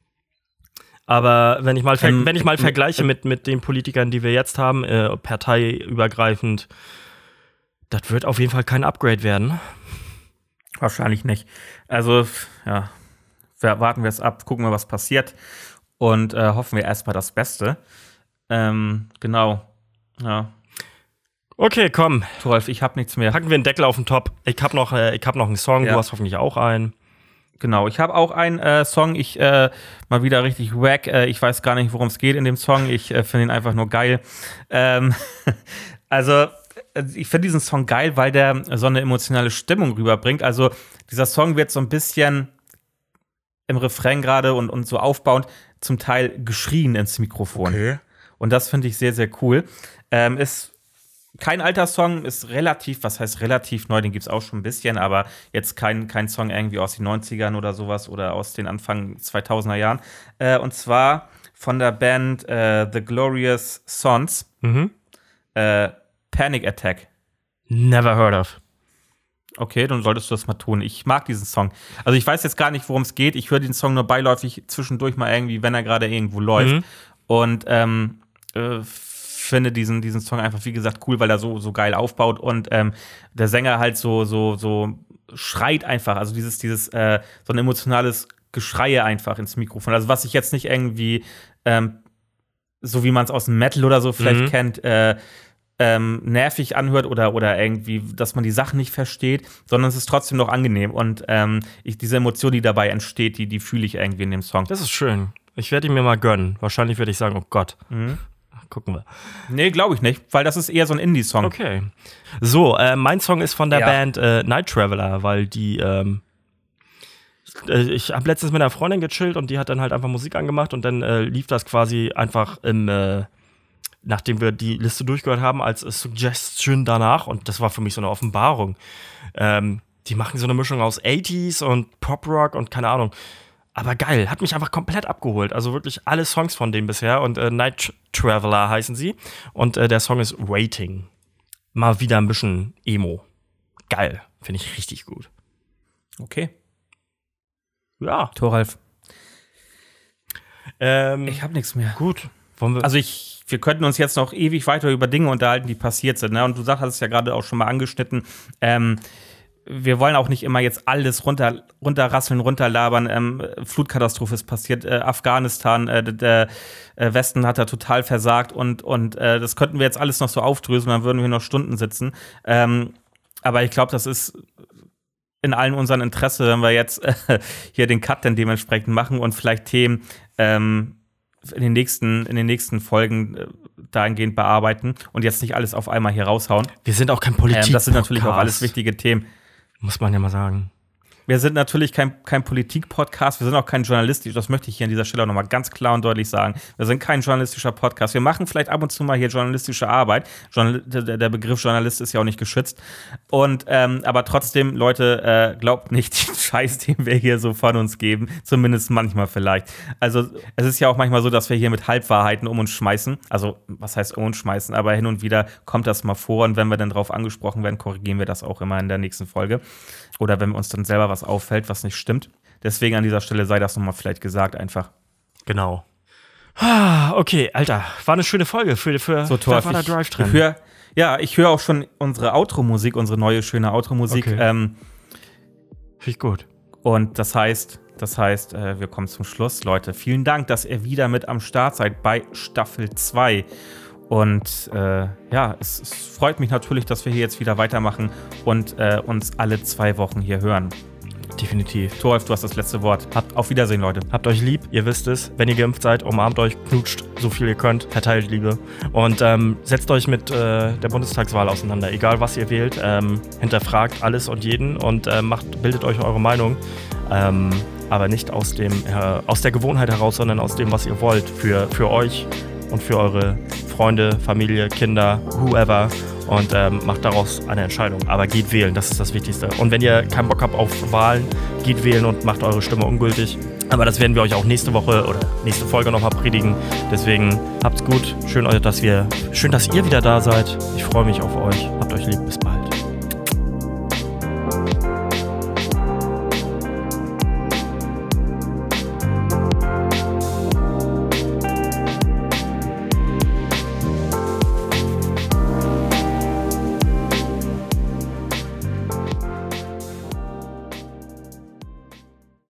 Aber wenn ich mal, ver- ähm, wenn ich mal vergleiche mit, mit den Politikern, die wir jetzt haben, äh, parteiübergreifend, das wird auf jeden Fall kein Upgrade werden. Wahrscheinlich nicht. Also, ja, warten wir es ab, gucken wir, was passiert und äh, hoffen wir erstmal das Beste. Ähm, genau. Ja. Okay, komm. Rolf, ich hab nichts mehr. Packen wir einen Deckel auf den Top. Ich hab noch, äh, ich hab noch einen Song, ja. Du hast hoffentlich auch einen. Genau, ich habe auch einen äh, Song, ich äh, mal wieder richtig wack, äh, ich weiß gar nicht, worum es geht in dem Song, ich äh, finde ihn einfach nur geil. Ähm, also, ich finde diesen Song geil, weil der so eine emotionale Stimmung rüberbringt. Also, dieser Song wird so ein bisschen im Refrain gerade und, und so aufbauend zum Teil geschrien ins Mikrofon. Okay. Und das finde ich sehr, sehr cool. Ähm, ist kein alter Song, ist relativ, was heißt relativ neu, den gibt es auch schon ein bisschen, aber jetzt kein, kein Song irgendwie aus den neunzigern oder sowas oder aus den Anfang zweitausender Jahren. Äh, und zwar von der Band äh, The Glorious Sons. Mhm. Äh, Panic Attack. Never heard of. Okay, dann solltest du das mal tun. Ich mag diesen Song. Also ich weiß jetzt gar nicht, worum es geht. Ich höre den Song nur beiläufig zwischendurch mal irgendwie, wenn er gerade irgendwo läuft. Mhm. Und ähm, äh, finde diesen, diesen Song einfach, wie gesagt, cool, weil er so, so geil aufbaut und ähm, der Sänger halt so, so, so schreit einfach. Also dieses, dieses äh, so ein emotionales Geschreie einfach ins Mikrofon. Also was ich jetzt nicht irgendwie ähm, so wie man es aus dem Metal oder so vielleicht Mhm. kennt, äh, ähm, nervig anhört oder, oder irgendwie, dass man die Sachen nicht versteht, sondern es ist trotzdem noch angenehm. Und ähm, ich, diese Emotion, die dabei entsteht, die, die fühle ich irgendwie in dem Song. Das ist schön. Ich werde ihn mir mal gönnen. Wahrscheinlich werde ich sagen, oh Gott. Mhm. Gucken wir. Nee, glaube ich nicht, weil das ist eher so ein Indie-Song. Okay. So, äh, mein Song ist von der Ja. Band äh, Night Traveler, weil die, ähm, äh, ich habe letztens mit einer Freundin gechillt und die hat dann halt einfach Musik angemacht und dann äh, lief das quasi einfach im, äh, nachdem wir die Liste durchgehört haben, als äh, Suggestion danach und das war für mich so eine Offenbarung. Ähm, die machen so eine Mischung aus achtziger und Pop-Rock und keine Ahnung. Aber geil, hat mich einfach komplett abgeholt. Also wirklich alle Songs von denen bisher. Und äh, Night Traveler heißen sie. Und äh, der Song ist Waiting. Mal wieder ein bisschen Emo. Geil, finde ich richtig gut. Okay. Ja. Thoralf. Ähm, Ich habe nichts mehr. gut. Wollen wir Also ich, wir könnten uns jetzt noch ewig weiter über Dinge unterhalten, die passiert sind. Ne? Und du sagst, hast es ja gerade auch schon mal angeschnitten. Ähm, wir wollen auch nicht immer jetzt alles runter, runterrasseln, runterlabern. Ähm, Flutkatastrophe ist passiert, äh, Afghanistan, äh, der äh, Westen hat da total versagt und, und äh, das könnten wir jetzt alles noch so aufdröseln, dann würden wir noch Stunden sitzen. Ähm, aber ich glaube, das ist in allen unseren Interesse, wenn wir jetzt äh, hier den Cut dann dementsprechend machen und vielleicht Themen ähm, in den nächsten, in den nächsten Folgen äh, dahingehend bearbeiten und jetzt nicht alles auf einmal hier raushauen. wir sind auch kein Politik. Ähm, das sind natürlich auch alles wichtige Themen. Muss man ja mal sagen. Wir sind natürlich kein, kein Politik-Podcast, wir sind auch kein journalistisch, das möchte ich hier an dieser Stelle auch nochmal ganz klar und deutlich sagen. Wir sind kein journalistischer Podcast. Wir machen vielleicht ab und zu mal hier journalistische Arbeit. Journal- der, der Begriff Journalist ist ja auch nicht geschützt. Und, ähm, aber trotzdem, Leute, äh, glaubt nicht den Scheiß, den wir hier so von uns geben. Zumindest manchmal vielleicht. Also, es ist ja auch manchmal so, dass wir hier mit Halbwahrheiten um uns schmeißen. Also, was heißt um uns schmeißen? Aber hin und wieder kommt das mal vor. Und wenn wir dann drauf angesprochen werden, korrigieren wir das auch immer in der nächsten Folge. Oder wenn uns dann selber was auffällt, was nicht stimmt. Deswegen an dieser Stelle sei das nochmal vielleicht gesagt einfach. Genau. Ah, okay, Alter, war eine schöne Folge für, für So toll. da war der Drive drin. Ich hör, ja, ich höre auch schon unsere Outro-Musik, unsere neue, schöne Outro-Musik. Okay. Ähm, Finde ich gut. und das heißt, das heißt, äh, wir kommen zum Schluss, Leute. Vielen Dank, dass ihr wieder mit am Start seid bei Staffel zwei. Und äh, ja, es, es freut mich natürlich, dass wir hier jetzt wieder weitermachen und äh, uns alle zwei Wochen hier hören. Definitiv. Thoralf, du hast das letzte Wort. Habt auf Wiedersehen, Leute. Habt euch lieb, ihr wisst es. Wenn ihr geimpft seid, umarmt euch, knutscht so viel ihr könnt, verteilt Liebe. Und ähm, setzt euch mit äh, der Bundestagswahl auseinander. Egal, was ihr wählt, ähm, hinterfragt alles und jeden und äh, macht, bildet euch eure Meinung. Ähm, aber nicht aus, dem, äh, aus der Gewohnheit heraus, sondern aus dem, was ihr wollt. Für, für euch und für eure Freunde, Familie, Kinder, whoever. Und ähm, macht daraus eine Entscheidung. Aber geht wählen, das ist das Wichtigste. Und wenn ihr keinen Bock habt auf Wahlen, geht wählen und macht eure Stimme ungültig. Aber das werden wir euch auch nächste Woche oder nächste Folge nochmal predigen. Deswegen habt's gut. Schön, dass wir, schön, dass ihr wieder da seid. Ich freue mich auf euch. Habt euch lieb. Bis bald.